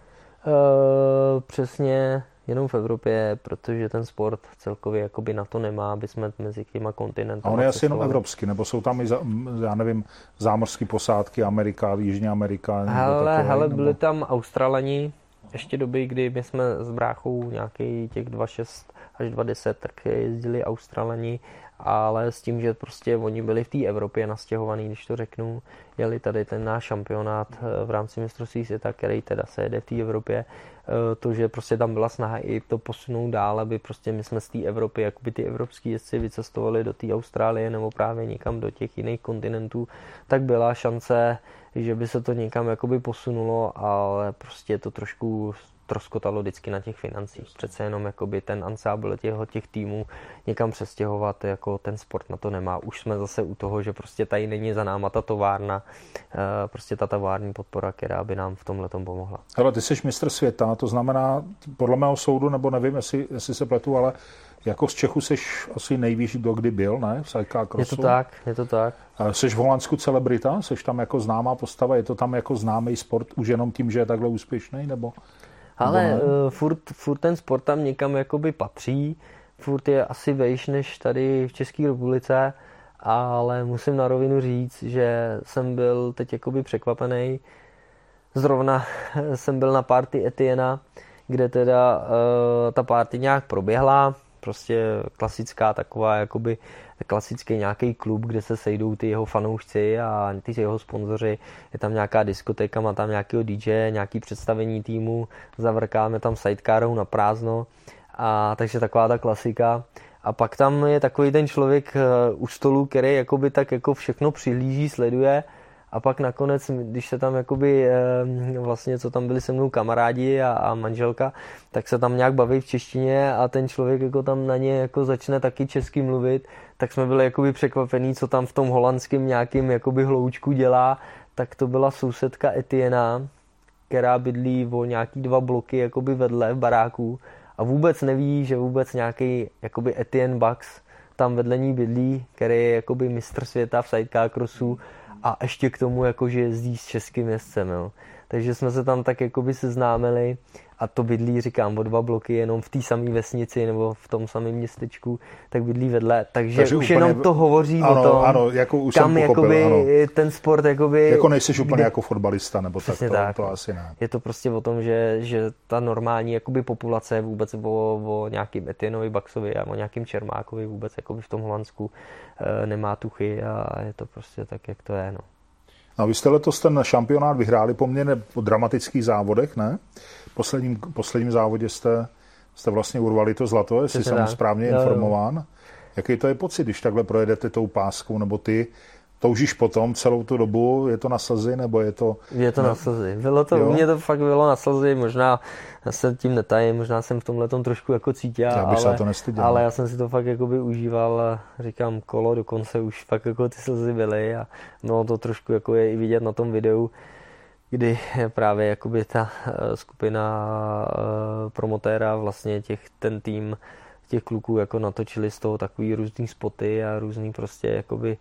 [SPEAKER 2] Přesně jenom v Evropě, protože ten sport celkově jakoby na to nemá, aby jsme mezi těma kontinentama.
[SPEAKER 1] A on je asi jenom evropský, nebo jsou tam i, já nevím, zámořské posádky, Amerika, Jižní Amerika?
[SPEAKER 2] Hele, byli tam Australani, ještě doby, kdy my jsme s bráchou nějaký těch 2.6 až 2.10, tak jezdili Australani, ale s tím, že prostě oni byli v té Evropě nastěhovaný, když to řeknu, jeli tady ten náš šampionát v rámci mistrovství světa, který teda se jede v té Evropě, to, že prostě tam byla snaha i to posunout dál, aby prostě my jsme z té Evropy, jakoby ty evropský jezdci vycestovali do té Austrálie nebo právě někam do těch jiných kontinentů, tak byla šance, že by se to někam jakoby posunulo, ale prostě to trošku troskotalo vždycky na těch financích. Přece jenom jakoby ten ansábl těch týmů někam přestěhovat, jako ten sport na to nemá. Už jsme zase u toho, že prostě tady není za náma ta továrna, prostě ta tovární podpora, která by nám v tomhletom pomohla.
[SPEAKER 1] Hele, ty jsi mistr světa, to znamená, podle mého soudu, nebo nevím, jestli se pletu, ale jako z Čechu jsi asi nejvíc, kdo kdy byl, ne? V cyclocrossu.
[SPEAKER 2] Je to tak.
[SPEAKER 1] Jsi v Holandsku celebrita? Jsi tam jako známá postava? Je to tam jako známý sport už jenom tím, že je takhle úspěšný, nebo?
[SPEAKER 2] Ale furt ten sport tam někam jakoby patří, furt je asi vejš než tady v České republice, ale musím na rovinu říct, že jsem byl teď jakoby překvapený. Zrovna jsem byl na party Etiena, kde teda ta party nějak proběhla, prostě klasická taková, jakoby klasický nějaký klub, kde se sejdou ty jeho fanoušci a ty jeho sponzoři. Je tam nějaká diskotéka, má tam nějakého DJ, nějaký představení týmu, zavrkáme tam sidecarou na prázdno, a takže taková ta klasika. A pak tam je takový ten člověk u stolu, který jakoby tak jako všechno přihlíží, sleduje. A pak nakonec, když se tam jakoby, vlastně, co tam byli se mnou kamarádi a manželka, tak se tam nějak baví v češtině a ten člověk jako tam na ně jako začne taky česky mluvit, tak jsme byli jakoby překvapení, co tam v tom holandském nějakým jakoby hloučku dělá. Tak to byla sousedka Etiena, která bydlí o nějaký 2 bloky jakoby vedle v baráku a vůbec neví, že vůbec nějaký jakoby Etienne Bax tam vedle ní bydlí, který je jakoby mistr světa v sidecar-crossu, a ještě k tomu jakože jezdí s českým jezdcem, jo. Takže jsme se tam tak jakoby seznámili a to bydlí, říkám, o 2 bloky jenom v té samé vesnici nebo v tom samém městečku, tak bydlí vedle, takže už úplně, jenom to hovoří o tom,
[SPEAKER 1] ano, jako už
[SPEAKER 2] kam
[SPEAKER 1] jsem pochopil,
[SPEAKER 2] jakoby
[SPEAKER 1] ano.
[SPEAKER 2] ten sport jakoby...
[SPEAKER 1] Jako nejseš úplně jako fotbalista, nebo tak, to asi ne.
[SPEAKER 2] Je to prostě o tom, že ta normální jakoby populace vůbec o nějakým Etienovi Baxovi a o nějakým Čermákovi vůbec jakoby v tom Holandsku nemá tuchy a je to prostě tak, jak to je, no.
[SPEAKER 1] No, vy jste letos ten šampionát vyhráli poměrně po dramatických závodech, ne? Posledním závodě jste vlastně urvali to zlato, jestli jsem správně informován. Jaký to je pocit, když takhle projedete tou páskou, nebo ty toužíš potom celou tu dobu, je to na slzy, nebo je to...
[SPEAKER 2] Je to na slzy. U mě to fakt bylo na slzy, možná já se tím netajím, možná jsem v tomhletom trošku jako cítil, ale já jsem si to fakt jakoby užíval a říkám, kolo dokonce už fakt jako ty slzy byly a no to trošku jako je i vidět na tom videu, kdy právě jakoby ta skupina promotéra, vlastně ten tým těch kluků jako natočili z toho takový různý spoty a různý prostě jakoby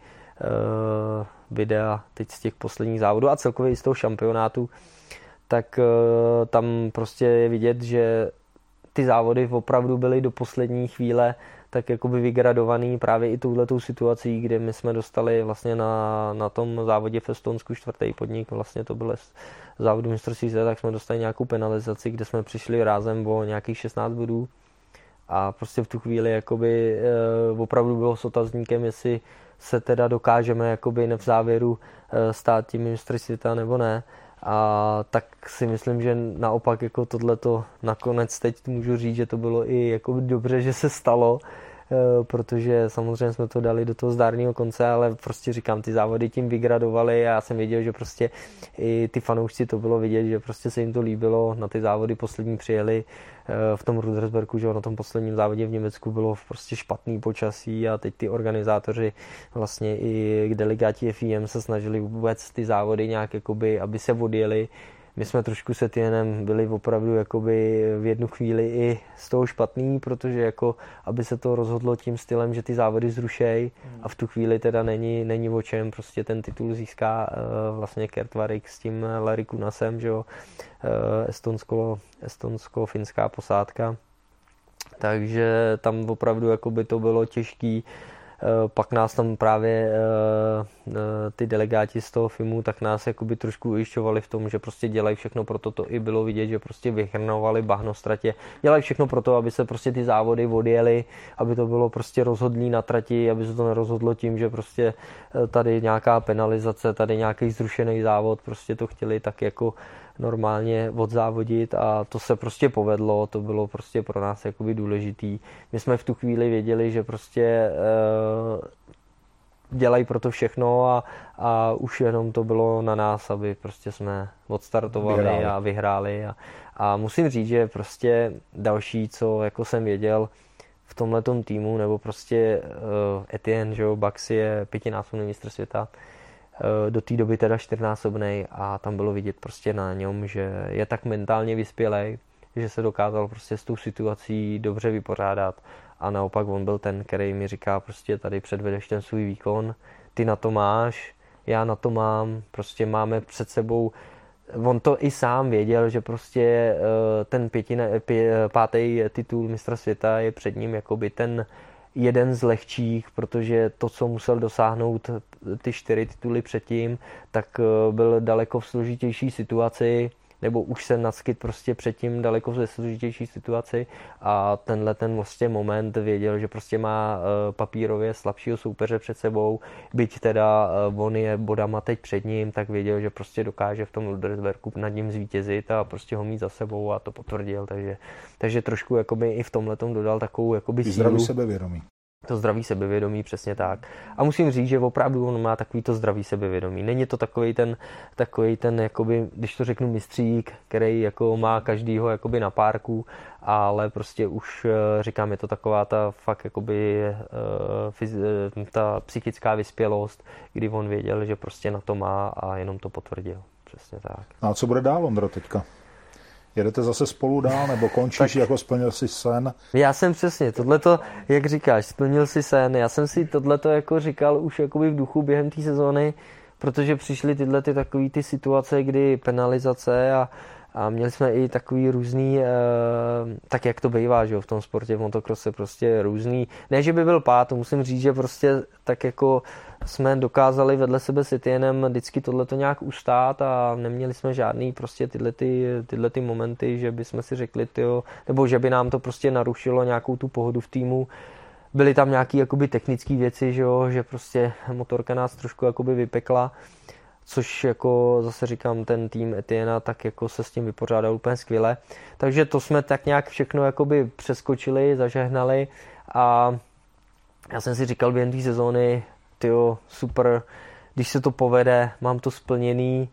[SPEAKER 2] videa teď z těch posledních závodů a celkově i z toho šampionátu, tak tam prostě je vidět, že ty závody opravdu byly do poslední chvíle tak jakoby vygradovaný právě i touhletou situací, kde my jsme dostali vlastně na tom závodě v Estonsku 4. podnik, vlastně to bylo závodu mistrovství světa, tak jsme dostali nějakou penalizaci, kde jsme přišli rázem o nějakých 16 bodů a prostě v tu chvíli jakoby opravdu bylo s otazníkem, jestli se teda dokážeme jakoby v závěru stát tím mistry světa nebo ne. A tak si myslím, že naopak jako tohleto nakonec teď můžu říct, že to bylo i jako dobře, že se stalo, protože samozřejmě jsme to dali do toho zdárného konce, ale prostě říkám, ty závody tím vygradovaly a já jsem věděl, že prostě i ty fanoušci to bylo vidět, že prostě se jim to líbilo. Na ty závody poslední přijeli v tom Rudersbergu, že na tom posledním závodě v Německu bylo prostě špatný počasí a teď ty organizátoři vlastně i delegáti FIM se snažili vůbec ty závody nějak jakoby, aby se odjeli. My jsme trošku se TNM byli opravdu jakoby v jednu chvíli i z toho špatný, protože jako aby se to rozhodlo tím stylem, že ty závody zrušej a v tu chvíli teda není o čem, prostě ten titul získá vlastně Kert Varik s tím Larry Kunasem, že jo, estonsko-finská posádka. Takže tam opravdu jakoby to bylo těžký. Pak nás tam právě ty delegáti z toho filmu tak nás jakoby trošku ujišťovali v tom, že prostě dělají všechno pro to i bylo vidět, že prostě vyhrnovali bahnostratě. Dělají všechno pro to, aby se prostě ty závody odjeli, aby to bylo prostě rozhodlý na trati, aby se to nerozhodlo tím, že prostě tady nějaká penalizace, tady nějaký zrušený závod, prostě to chtěli tak jako normálně odzávodit a to se prostě povedlo, to bylo prostě pro nás jakoby důležitý. My jsme v tu chvíli věděli, že prostě dělají pro to všechno a už jenom to bylo na nás, aby prostě jsme odstartovali a vyhráli a musím říct, že prostě další, co jako jsem věděl v tomhletom týmu, nebo prostě Etienne, že jo, Baxi je 5násobný mistr světa, do té doby teda 4násobnej a tam bylo vidět prostě na něm, že je tak mentálně vyspělej, že se dokázal prostě s tou situací dobře vypořádat a naopak on byl ten, který mi říká prostě tady předvedeš ten svůj výkon, ty na to máš, já na to mám, prostě máme před sebou, on to i sám věděl, že prostě ten pátý titul mistra světa je před ním jakoby ten jeden z lehčích, protože to, co musel dosáhnout ty 4 tituly předtím, tak byl daleko v složitější situaci, nebo už se naskyt prostě předtím daleko v složitější situaci a tenhle ten vlastně moment věděl, že prostě má papírově slabšího soupeře před sebou, byť teda on je bodama teď před ním, tak věděl, že prostě dokáže v tom Rudersbergu nad ním zvítězit a prostě ho mít za sebou a to potvrdil, takže trošku jakoby i v tomhletom dodal takovou jakoby sílu.
[SPEAKER 1] Zdravý sebevědomí.
[SPEAKER 2] To zdravý sebevědomí, přesně tak. A musím říct, že opravdu on má takový to zdravý sebevědomí. Není to takový ten jakoby, když to řeknu mistřík, který jako má každýho jakoby na párku, ale prostě už říkám, je to taková ta fakt jakoby ta psychická vyspělost, kdy on věděl, že prostě na to má a jenom to potvrdil. Přesně tak.
[SPEAKER 1] A co bude dál, Ondro, teďka? Jedete zase spolu dál, nebo končíš, tak, jako splnil si sen?
[SPEAKER 2] Já jsem přesně, tohleto, jak říkáš, splnil si sen. Já jsem si tohleto jako říkal už jakoby v duchu během té sezóny, protože přišly tyhle takový ty situace, kdy penalizace a měli jsme i takový různý, tak jak to bývá, že jo, v tom sportě, v motokrose prostě různý. Ne, že by byl pád, to musím říct, že prostě tak jako jsme dokázali vedle sebe s Etienem vždycky tohleto nějak ustát a neměli jsme žádný prostě tyhle ty momenty, že by jsme si řekli, tyjo, nebo že by nám to prostě narušilo nějakou tu pohodu v týmu. Byly tam nějaký jakoby technické věci, že jo, že prostě motorka nás trošku jakoby vypekla, což jako zase říkám, ten tým Etiena tak jako se s tím vypořádal úplně skvěle. Takže to jsme tak nějak všechno jakoby přeskočili, zažehnali a já jsem si říkal během té sezóny, tyjo, super, když se to povede, mám to splněný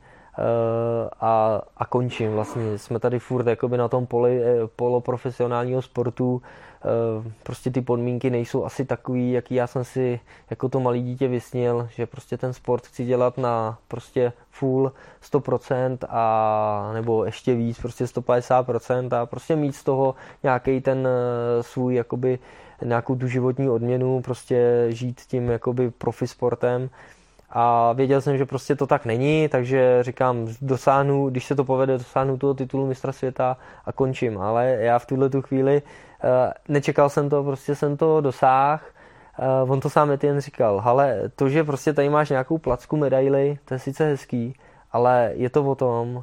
[SPEAKER 2] a končím. Vlastně jsme tady furt jakoby na tom poli poloprofesionálního sportu. Prostě ty podmínky nejsou asi takový, jaký já jsem si jako to malý dítě vysnil, že prostě ten sport chci dělat na prostě full 100% a nebo ještě víc, prostě 150% a prostě mít z toho nějaký ten svůj jakoby nějakou tu životní odměnu, prostě žít tím jakoby profi sportem. A věděl jsem, že prostě to tak není, takže říkám, když se to povede, dosáhnu toho titulu mistra světa a končím. Ale já v tuhle tu chvíli nečekal jsem to, prostě jsem to dosáhl. On to sám Etienne říkal, hele, to, že prostě tady máš nějakou placku medaili, to je sice hezký, ale je to o tom,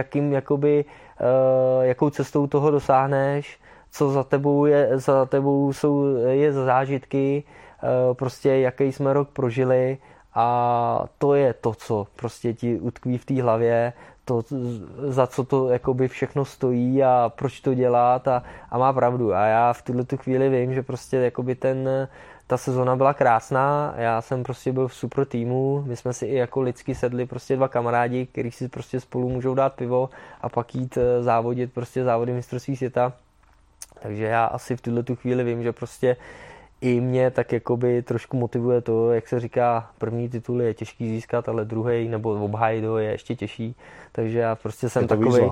[SPEAKER 2] jakou cestou toho dosáhneš, co za tebou jsou zážitky prostě jaký jsme rok prožili, a to je to, co prostě ti utkví v té hlavě, to, za co to jakoby všechno stojí a proč to dělat, a má pravdu. A já v tuto chvíli vím, že prostě jakoby ta sezona byla krásná, já jsem prostě byl v super týmu, my jsme si i jako lidsky sedli prostě 2 kamarádi, kteří si prostě spolu můžou dát pivo a pak jít závodit prostě závody mistrovství světa. Takže já asi v tuto chvíli vím, že prostě i mě tak jakoby trošku motivuje to, jak se říká, první titul je těžký získat, ale druhý nebo obhájit ho je ještě těžší. Takže já prostě jsem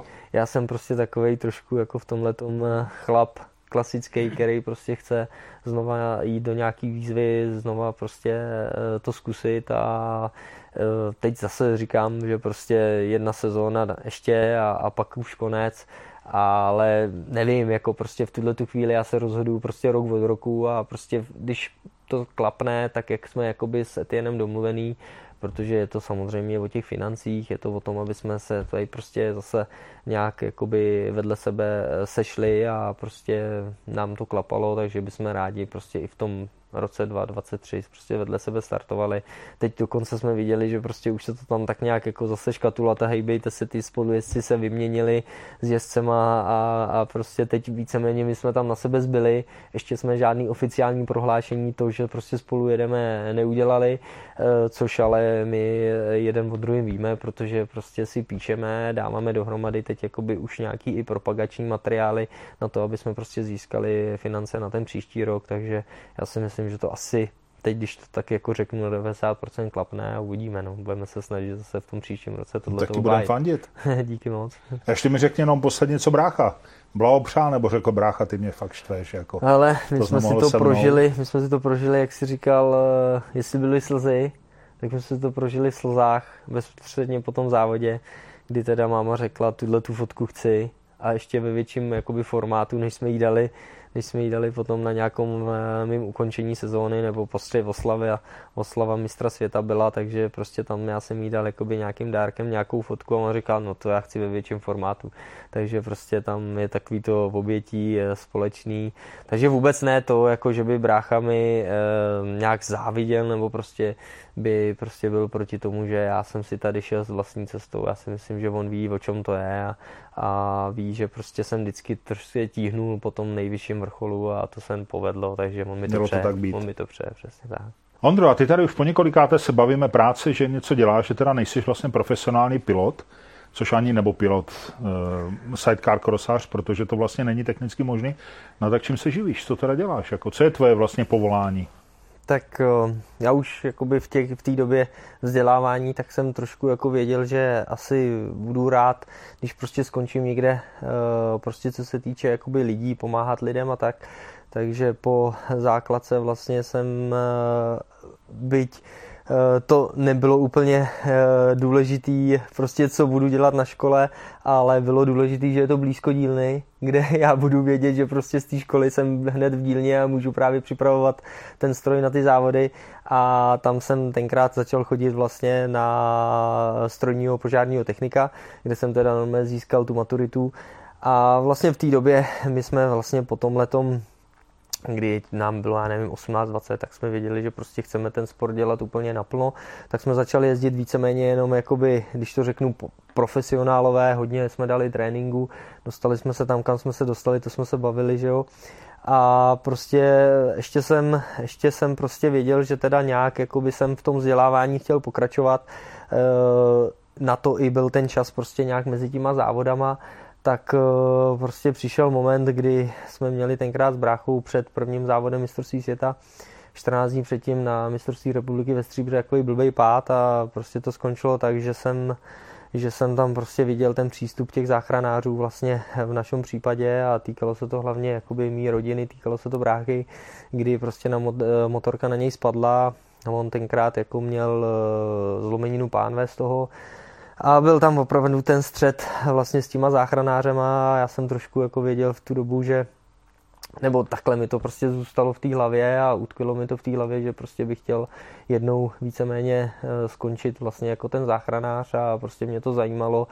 [SPEAKER 2] takovej trošku jako v tomhletom chlap klasický, který prostě chce znova jít do nějaký výzvy, znova prostě to zkusit, a teď zase říkám, že prostě 1 sezóna ještě a pak už konec. Ale nevím, jako prostě v tuto chvíli já se rozhoduju prostě rok od roku, a prostě když to klapne, tak jak jsme jakoby s Etiennem domluvený, protože je to samozřejmě o těch financích, je to o tom, aby jsme se tady prostě zase nějak jakoby vedle sebe sešli a prostě nám to klapalo, takže bychom rádi prostě i v tom roce 2023 prostě vedle sebe startovali. Teď dokonce jsme viděli, že prostě už se to tam tak nějak jako zase škatulata, hejbejte se, ty spolujezdci se vyměnili s jezdcema a prostě teď víceméně my jsme tam na sebe zbyli. Ještě jsme žádný oficiální prohlášení to, že prostě spolu jedeme, neudělali, což ale my jeden od druhým víme, protože prostě si píšeme, dáváme dohromady teď jakoby už nějaký i propagační materiály na to, aby jsme prostě získali finance na ten příští rok, takže já si myslím, že to asi teď, když to tak jako řeknu, 90% klapne a uvidíme. No. Budeme se snažit zase v tom příštím roce tohle
[SPEAKER 1] taky budeme fandit.
[SPEAKER 2] Díky moc.
[SPEAKER 1] Ještě mi řekni jenom posledně, co brácha. Blahopřál, nebo řekl brácha, ty mě fakt štveš. Jako,
[SPEAKER 2] ale my jsme si to prožili, jak jsi říkal, jestli byly slzy, tak my jsme si to prožili v slzách bezprostředně po tom závodě, kdy teda máma řekla, tu fotku chci, a ještě ve větším jakoby formátu, než jsme jí dali potom na nějakom mým ukončení sezóny nebo prostě oslava mistra světa byla, takže prostě tam já jsem jí dal jakoby nějakým dárkem nějakou fotku a on říkal, no to já chci ve větším formátu. Takže prostě tam je takový to obětí společný. Takže vůbec ne to, jako že by brácha mi nějak záviděl nebo prostě by prostě byl proti tomu, že já jsem si tady šel s vlastní cestou. Já si myslím, že on ví, o čem to je, a ví, že prostě jsem vždycky trošku tíhnul po tom nejvyšším vrcholu a to se povedlo, takže on mi to přeje, přesně tak.
[SPEAKER 1] Ondro, a ty tady už po několikáté se bavíme práce, že něco děláš, že teda nejsi vlastně profesionální pilot, což ani nebo pilot sidecar crossař, protože to vlastně není technicky možný. No tak čím se živíš? Co teda děláš? Jako, co je tvoje vlastně povolání?
[SPEAKER 2] Tak já už jakoby v té době vzdělávání tak jsem trošku jako věděl, že asi budu rád, když prostě skončím někde, prostě co se týče jakoby lidí, pomáhat lidem a tak. Takže po základce vlastně jsem, byť to nebylo úplně důležitý, prostě co budu dělat na škole, ale bylo důležitý, že je to blízko dílny, kde já budu vědět, že prostě z té školy jsem hned v dílně a můžu právě připravovat ten stroj na ty závody, a tam jsem tenkrát začal chodit vlastně na strojního požárního technika, kde jsem teda normálně získal tu maturitu, a vlastně v té době my jsme vlastně po tomhletom, kdy nám bylo, já nevím, 18-20, tak jsme věděli, že prostě chceme ten sport dělat úplně naplno, tak jsme začali jezdit víceméně jenom jakoby, když to řeknu, profesionálové, hodně jsme dali tréninku, dostali jsme se tam, kam jsme se dostali, to jsme se bavili, že jo. A prostě ještě jsem prostě věděl, že teda nějak jakoby jsem v tom vzdělávání chtěl pokračovat, na to i byl ten čas prostě nějak mezi těma závodama. Tak prostě přišel moment, kdy jsme měli tenkrát s bráchou před prvním závodem mistrovství světa 14 dní předtím na mistrovství republiky ve Stříbře takový blbej pád, a prostě to skončilo tak, že jsem tam prostě viděl ten přístup těch záchranářů vlastně v našem případě, a týkalo se to hlavně jakoby mý rodiny, týkalo se to bráchy, kdy prostě motorka na něj spadla a on tenkrát jako měl zlomeninu pánve z toho. A byl tam opravdu ten střet vlastně s těma záchranářem, a já jsem trošku jako věděl v tu dobu, že nebo takhle mi to prostě zůstalo v té hlavě a utkvělo mi to v té hlavě, že prostě bych chtěl jednou víceméně skončit vlastně jako ten záchranář, a prostě mě to zajímalo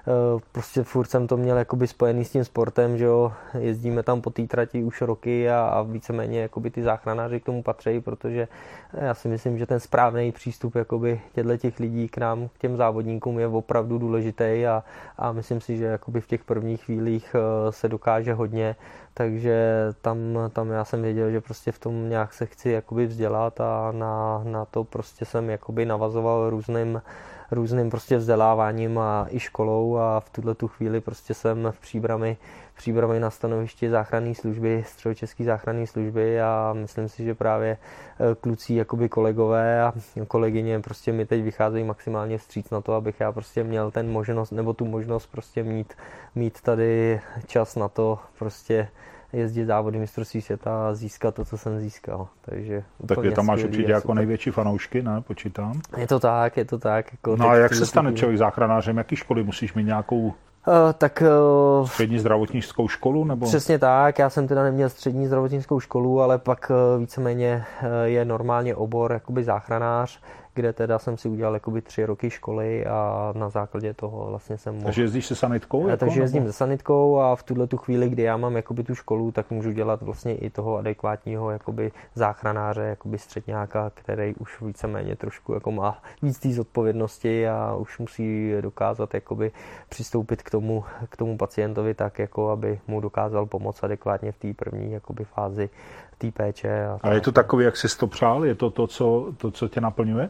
[SPEAKER 2] prostě furt jsem to měl jakoby spojený s tím sportem, že jo, jezdíme tam po té trati už roky a víceméně jakoby ty záchranáři k tomu patří, protože já si myslím, že ten správný přístup jakoby těch lidí k nám, k těm závodníkům je opravdu důležitý a myslím si, že jakoby v těch prvních chvílích se dokáže hodně, takže tam já jsem věděl, že prostě v tom nějak se chci jakoby vzdělat a na to prostě jsem jakoby navazoval různým prostě vzděláváním a i školou a v tu chvíli prostě jsem v Příbrami na stanovišti záchranné služby, Středočeské záchranné služby a myslím si, že právě kluci jakoby kolegové a kolegyně prostě mi teď vycházejí maximálně vstříc na to, abych já prostě měl tu možnost prostě mít tady čas na to prostě jezdit závody mistrovství světa a získat to, co jsem získal. Takže
[SPEAKER 1] tak je tam máš určitě jako největší fanoušky, ne? Počítám.
[SPEAKER 2] Je to tak. Jako
[SPEAKER 1] no a jak se stane člověk záchranářem? Jaký školy musíš mít nějakou střední zdravotnickou školu? Nebo?
[SPEAKER 2] Přesně tak, já jsem teda neměl střední zdravotnickou školu, ale pak víceméně je normálně obor jakoby záchranář, kde teda jsem si udělal jakoby 3 roky školy a na základě toho vlastně jsem mohl...
[SPEAKER 1] Takže jezdíš se sanitkou?
[SPEAKER 2] Takže jezdím se sanitkou a v tu chvíli, kdy já mám jakoby tu školu, tak můžu dělat vlastně i toho adekvátního jakoby záchranáře, jakoby středňáka, který už víceméně trošku jako má víc té zodpovědnosti a už musí dokázat jakoby přistoupit k tomu pacientovi tak, jako aby mu dokázal pomoct adekvátně v té první jakoby fázi té péče.
[SPEAKER 1] A je to takový, jak jsi to přál? Je to to, co tě naplňuje?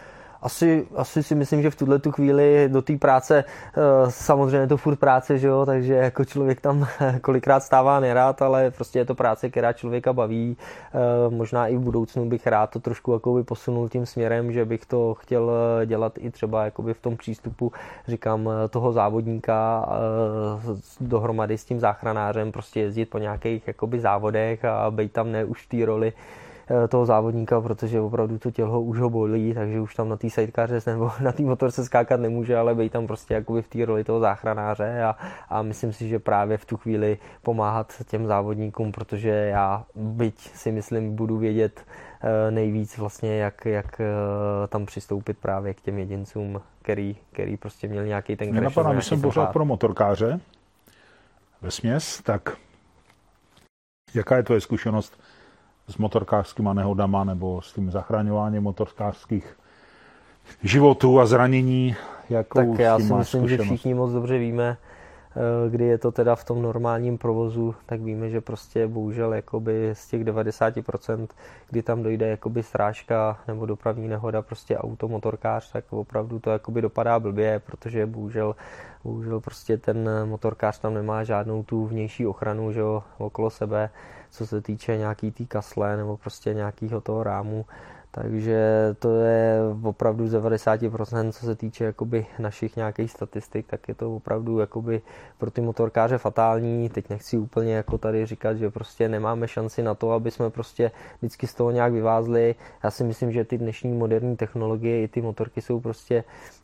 [SPEAKER 2] Asi si myslím, že v tu chvíli do té práce, samozřejmě je to furt práce, že jo, takže jako člověk tam kolikrát stává nerád, ale prostě je to práce, která člověka baví. Možná i v budoucnu bych rád to trošku jakoby posunul tím směrem, že bych to chtěl dělat i třeba jakoby v tom přístupu, říkám, toho závodníka dohromady s tím záchranářem, prostě jezdit po nějakých jakoby závodech a být tam ne už v té roli toho závodníka, protože opravdu to tělo už ho bolí, takže už tam na té sidecarře nebo na té motorce skákat nemůže, ale být tam prostě jakoby v té roli toho záchranáře a myslím si, že právě v tu chvíli pomáhat těm závodníkům, protože já byť si myslím, budu vědět nejvíc vlastně, jak tam přistoupit právě k těm jedincům, který prostě měl nějaký ten crash.
[SPEAKER 1] Napadá, když jsem pořád pro motorkáře vesměs, tak jaká je tvoje zkušenost s motorkářskýma nehodama nebo s tím zachraňováním motorkářských životů a zranění?
[SPEAKER 2] Tak já si myslím, že všichni moc dobře víme, kdy je to teda v tom normálním provozu, tak víme, že prostě bohužel jakoby z těch 90%, kdy tam dojde jakoby srážka nebo dopravní nehoda, prostě auto, motorkář, tak opravdu to jakoby dopadá blbě, protože bohužel prostě ten motorkář tam nemá žádnou tu vnější ochranu, že jo, okolo sebe, co se týče nějaký té kasle nebo prostě nějakého toho rámu. Takže to je opravdu z 90%, co se týče jakoby našich nějakých statistik, tak je to opravdu jakoby pro ty motorkáře fatální. Teď nechci úplně jako tady říkat, že prostě nemáme šanci na to, aby jsme prostě vždycky z toho nějak vyvázli. Já si myslím, že ty dnešní moderní technologie i ty motorky jsou prostě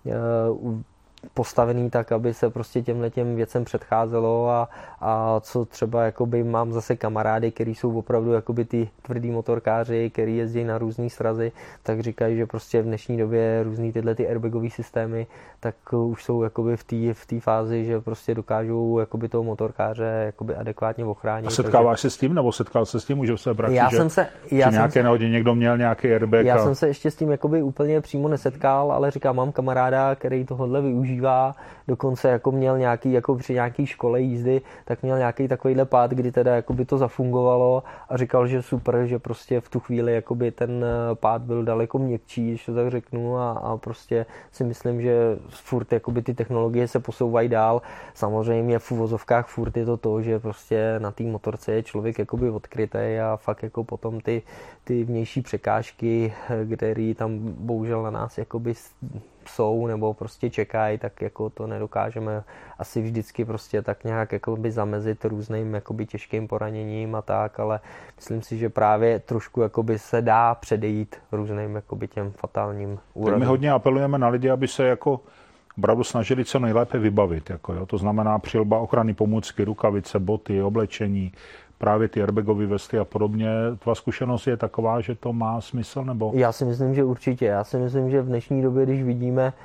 [SPEAKER 2] postavený tak, aby se prostě těmhletěm věcem předcházelo a co třeba jakoby mám zase kamarády, který jsou opravdu jakoby ty tvrdý motorkáři, který jezdí na různý srazy, tak říkají, že prostě v dnešní době různý tyhle ty airbagové systémy, tak už jsou jakoby v té fázi, že prostě dokážou jakoby toho motorkáře jakoby adekvátně ochránit.
[SPEAKER 1] A setkáváš se s tím, nebo setkal se s tím, už se praxi,
[SPEAKER 2] že
[SPEAKER 1] nějaké nehodě někdo měl nějaký airbag?
[SPEAKER 2] Já jsem se ještě s tím jakoby úplně přímo nesetkal, ale říkám, mám kamaráda, který tohle využívá, dokonce jako měl nějaký, jako při nějaký škole jízdy, tak měl nějaký takovýhle pád, kdy teda jakoby to zafungovalo a říkal, že super, že prostě v tu chvíli jakoby ten pád byl daleko měkčí, když to tak řeknu a prostě si myslím, že furt jakoby ty technologie se posouvají dál. Samozřejmě v uvozovkách furt je to, že prostě na té motorce je člověk jakoby odkrytej a fakt jako potom ty vnější překážky, které tam bohužel na nás jakoby jsou nebo prostě čekají, tak jako to nedokážeme asi vždycky prostě tak nějak jakoby zamezit různým jakoby těžkým poraněním a tak, ale myslím si, že právě trošku jakoby se dá předejít různým jakoby těm fatálním úrazům.
[SPEAKER 1] My hodně apelujeme na lidi, aby se jako opravdu snažili co nejlépe vybavit, jako jo. To znamená přilba, ochranné pomůcky, rukavice, boty, oblečení, právě ty airbagové vesty a podobně. Tvá zkušenost je taková, že to má smysl, nebo?
[SPEAKER 2] Já si myslím, že určitě. Já si myslím, že v dnešní době, když vidíme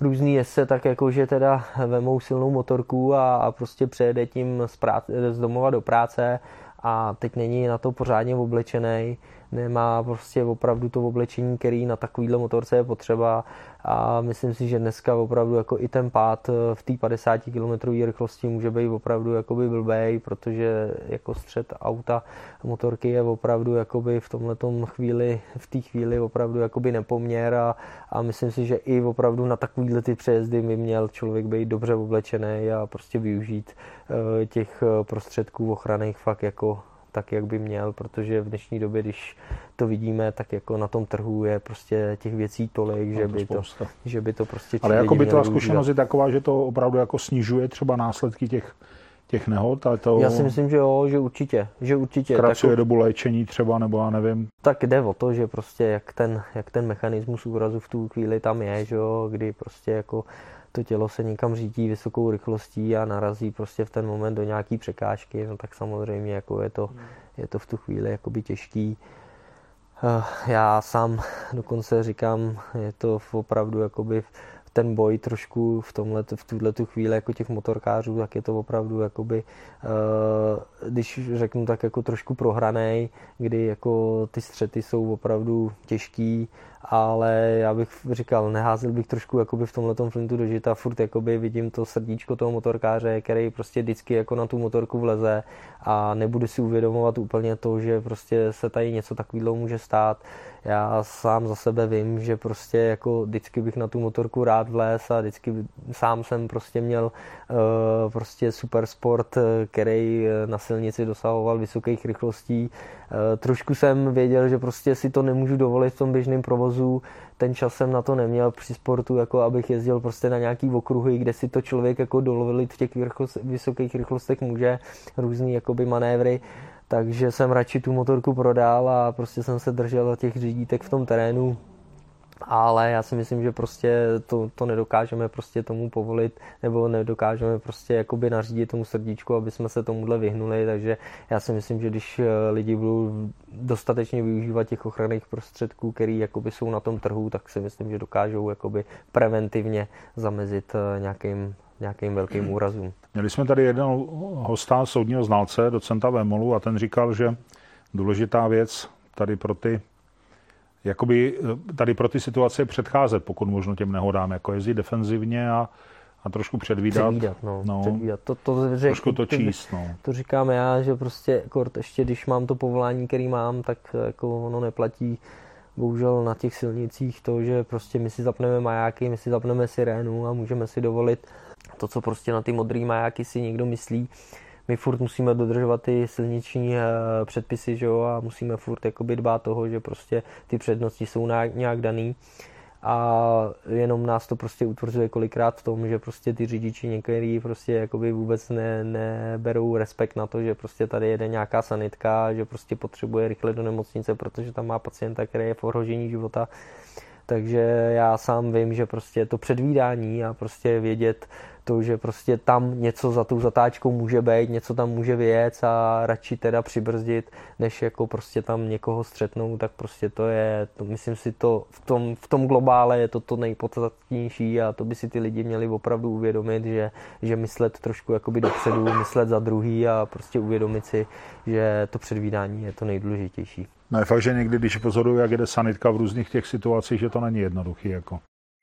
[SPEAKER 2] různý jezdce tak jako, že teda vemou silnou motorku a prostě přejede tím z domova do práce a teď není na to pořádně oblečený, nemá prostě opravdu to oblečení, který na takovýhle motorce je potřeba a myslím si, že dneska opravdu jako i ten pád v té 50 km rychlosti může být opravdu jakoby blbej, protože jako střed auta motorky je opravdu jakoby v té chvíli opravdu jakoby nepoměr a myslím si, že i opravdu na takovýhle ty přejezdy by měl člověk být dobře oblečený a prostě využít těch prostředků ochranných fakt jako tak, jak by měl, protože v dnešní době, když to vidíme, tak jako na tom trhu je prostě těch věcí tolik, že by to prostě...
[SPEAKER 1] Ale jako by ta zkušenost je taková, že to opravdu jako snižuje třeba následky těch nehod?
[SPEAKER 2] Já si myslím, že jo, že určitě.
[SPEAKER 1] Zkracuje dobu léčení třeba, nebo já nevím.
[SPEAKER 2] Tak jde o to, že prostě jak ten mechanismus úrazu v tu chvíli tam je, že jo, kdy prostě jako to tělo se někam řídí vysokou rychlostí a narazí prostě v ten moment do nějaký překážky, no tak samozřejmě jako je to v tu chvíli jakoby těžký. Já sám dokonce říkám, je to opravdu jakoby ten boj trošku v tuhletu chvíli jako těch motorkářů, tak je to opravdu jakoby, když řeknu tak jako trošku prohranej, kdy jako ty střety jsou opravdu těžký, ale já bych říkal, neházel bych trošku jakoby v tomhletom flintu do žita, furt jakoby vidím to srdíčko toho motorkáře, který prostě vždycky jako na tu motorku vleze a nebude si uvědomovat úplně to, že prostě se tady něco takového může stát. Já sám za sebe vím, že prostě jako vždycky bych na tu motorku rád vlez a vždycky sám jsem prostě měl prostě super sport, který na silnici dosahoval vysokých rychlostí. Trošku jsem věděl, že prostě si to nemůžu dovolit v tom běžném provozu. Ten čas jsem na to neměl při sportu, jako abych jezdil prostě na nějaký okruhy, kde si to člověk jako dovolit v těch vysokých rychlostech může, různý jakoby manévry. Takže jsem radši tu motorku prodal a prostě jsem se držel těch řídítek v tom terénu. Ale já si myslím, že prostě to nedokážeme prostě tomu povolit, nebo nedokážeme prostě jakoby nařídit tomu srdíčku, aby jsme se tomuhle vyhnuli, takže já si myslím, že když lidi budou dostatečně využívat těch ochranných prostředků, který jakoby jsou na tom trhu, tak si myslím, že dokážou jakoby preventivně zamezit nějakým velkým úrazům.
[SPEAKER 1] Měli jsme tady jednoho hosta, soudního znalce, docenta Vémolu, a ten říkal, že důležitá věc tady pro ty situace je předcházet, pokud možno těm nehodám, jako jezdit defenzivně a trošku předvídat.
[SPEAKER 2] Předvídat.
[SPEAKER 1] Trošku to číst.
[SPEAKER 2] To říkám já, že prostě ještě když mám to povolání, který mám, tak jako ono neplatí bohužel na těch silnicích to, že prostě my si zapneme majáky, my si zapneme sirénu a můžeme si dovolit to, co prostě na ty modrý majáky si někdo myslí. My furt musíme dodržovat ty silniční předpisy, že jo, a musíme furt jakoby dbát toho, že prostě ty přednosti jsou nějak daný. A jenom nás to prostě utvrzuje kolikrát v tom, že prostě ty řidiči některý prostě jakoby vůbec neberou respekt na to, že prostě tady jede nějaká sanitka, že prostě potřebuje rychle do nemocnice, protože tam má pacienta, který je v ohrožení života. Takže já sám vím, že prostě to předvídání a prostě vědět to, že prostě tam něco za tou zatáčkou může být, něco tam může vyjet a radši teda přibrzdit, než jako prostě tam někoho střetnout, tak prostě myslím si to v tom globále je to nejpodstatnější a to by si ty lidi měli opravdu uvědomit, že myslet trošku jakoby dopředu, myslet za druhý a prostě uvědomit si, že to předvídání je to nejdůležitější.
[SPEAKER 1] No je fakt, že někdy, když pozoruju, jak jede sanitka v různých těch situacích, že to není jednoduchý, jako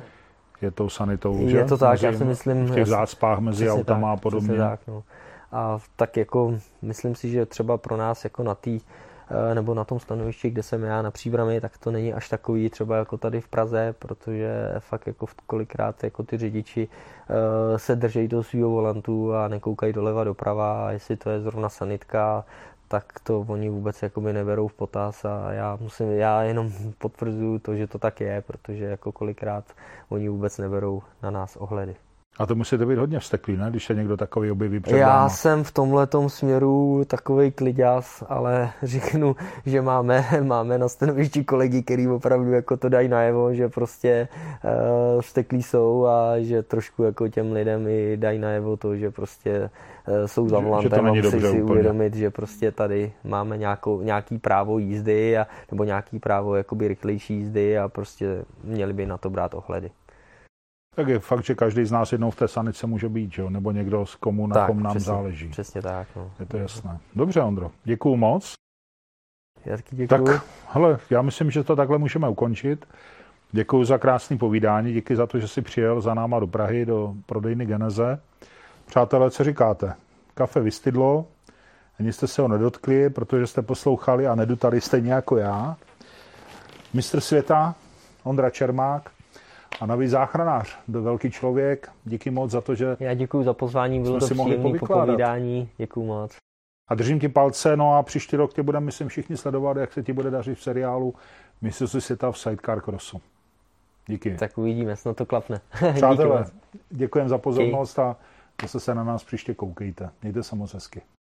[SPEAKER 1] je tou sanitou, že?
[SPEAKER 2] Je to tak, já si myslím,
[SPEAKER 1] v těch zácpách mezi autama a podobně.
[SPEAKER 2] Tak, no. A tak jako myslím si, že třeba pro nás jako nebo na tom stanovišti, kde jsem já na Příbrami, tak to není až takový třeba jako tady v Praze, protože fakt jako kolikrát jako ty řidiči se držejí do svého volantu a nekoukají doleva doprava a jestli to je zrovna sanitka, tak to oni vůbec jakoby neberou v potaz a já jenom potvrzuju to, že to tak je, protože jako kolikrát oni vůbec neberou na nás ohledy.
[SPEAKER 1] A to musíte být hodně vzteklý, ne? Když se někdo takový objeví před váma.
[SPEAKER 2] Já jsem v tomhletom směru takovej kliďas, ale řeknu, že máme na stanovišti kolegy, který opravdu jako to dají najevo, že prostě vzteklí jsou a že trošku jako těm lidem i dají najevo to, že prostě jsou za volantem a musí si uvědomit, že prostě tady máme nějaký právo jízdy nebo nějaký právo jakoby rychlejší jízdy a prostě měli by na to brát ohledy.
[SPEAKER 1] Tak je fakt, že každý z nás jednou v té sanice může být, jo? Nebo někdo, s komu na kom nám záleží.
[SPEAKER 2] Přesně tak. No.
[SPEAKER 1] Je to jasné. Dobře, Ondro, děkuju moc.
[SPEAKER 2] Já taky děkuju.
[SPEAKER 1] Tak, hele, já myslím, že to takhle můžeme ukončit. Děkuju za krásný povídání, díky za to, že jsi přijel za náma do Prahy, do prodejny Geneze. Přátelé, co říkáte? Kafe vystydlo, ani jste se ho nedotkli, protože jste poslouchali a nedutali stejně jako já. Mistr světa, Ondra Čermák a nový záchranář, byl velký člověk. Díky moc za to, že
[SPEAKER 2] já děkuju za pozvání, bylo to příjemné popovídání. Děkuju moc.
[SPEAKER 1] A držím ti palce, no a příští rok tě budeme, myslím, všichni sledovat, jak se ti bude dařit v seriálu Mistrovství světa v sidecar crossu. Díky.
[SPEAKER 2] Tak uvidíme, snad to klapne.
[SPEAKER 1] Přátelé, děkujem za pozornost a zase se na nás příště koukejte. Mějte se moc hezky.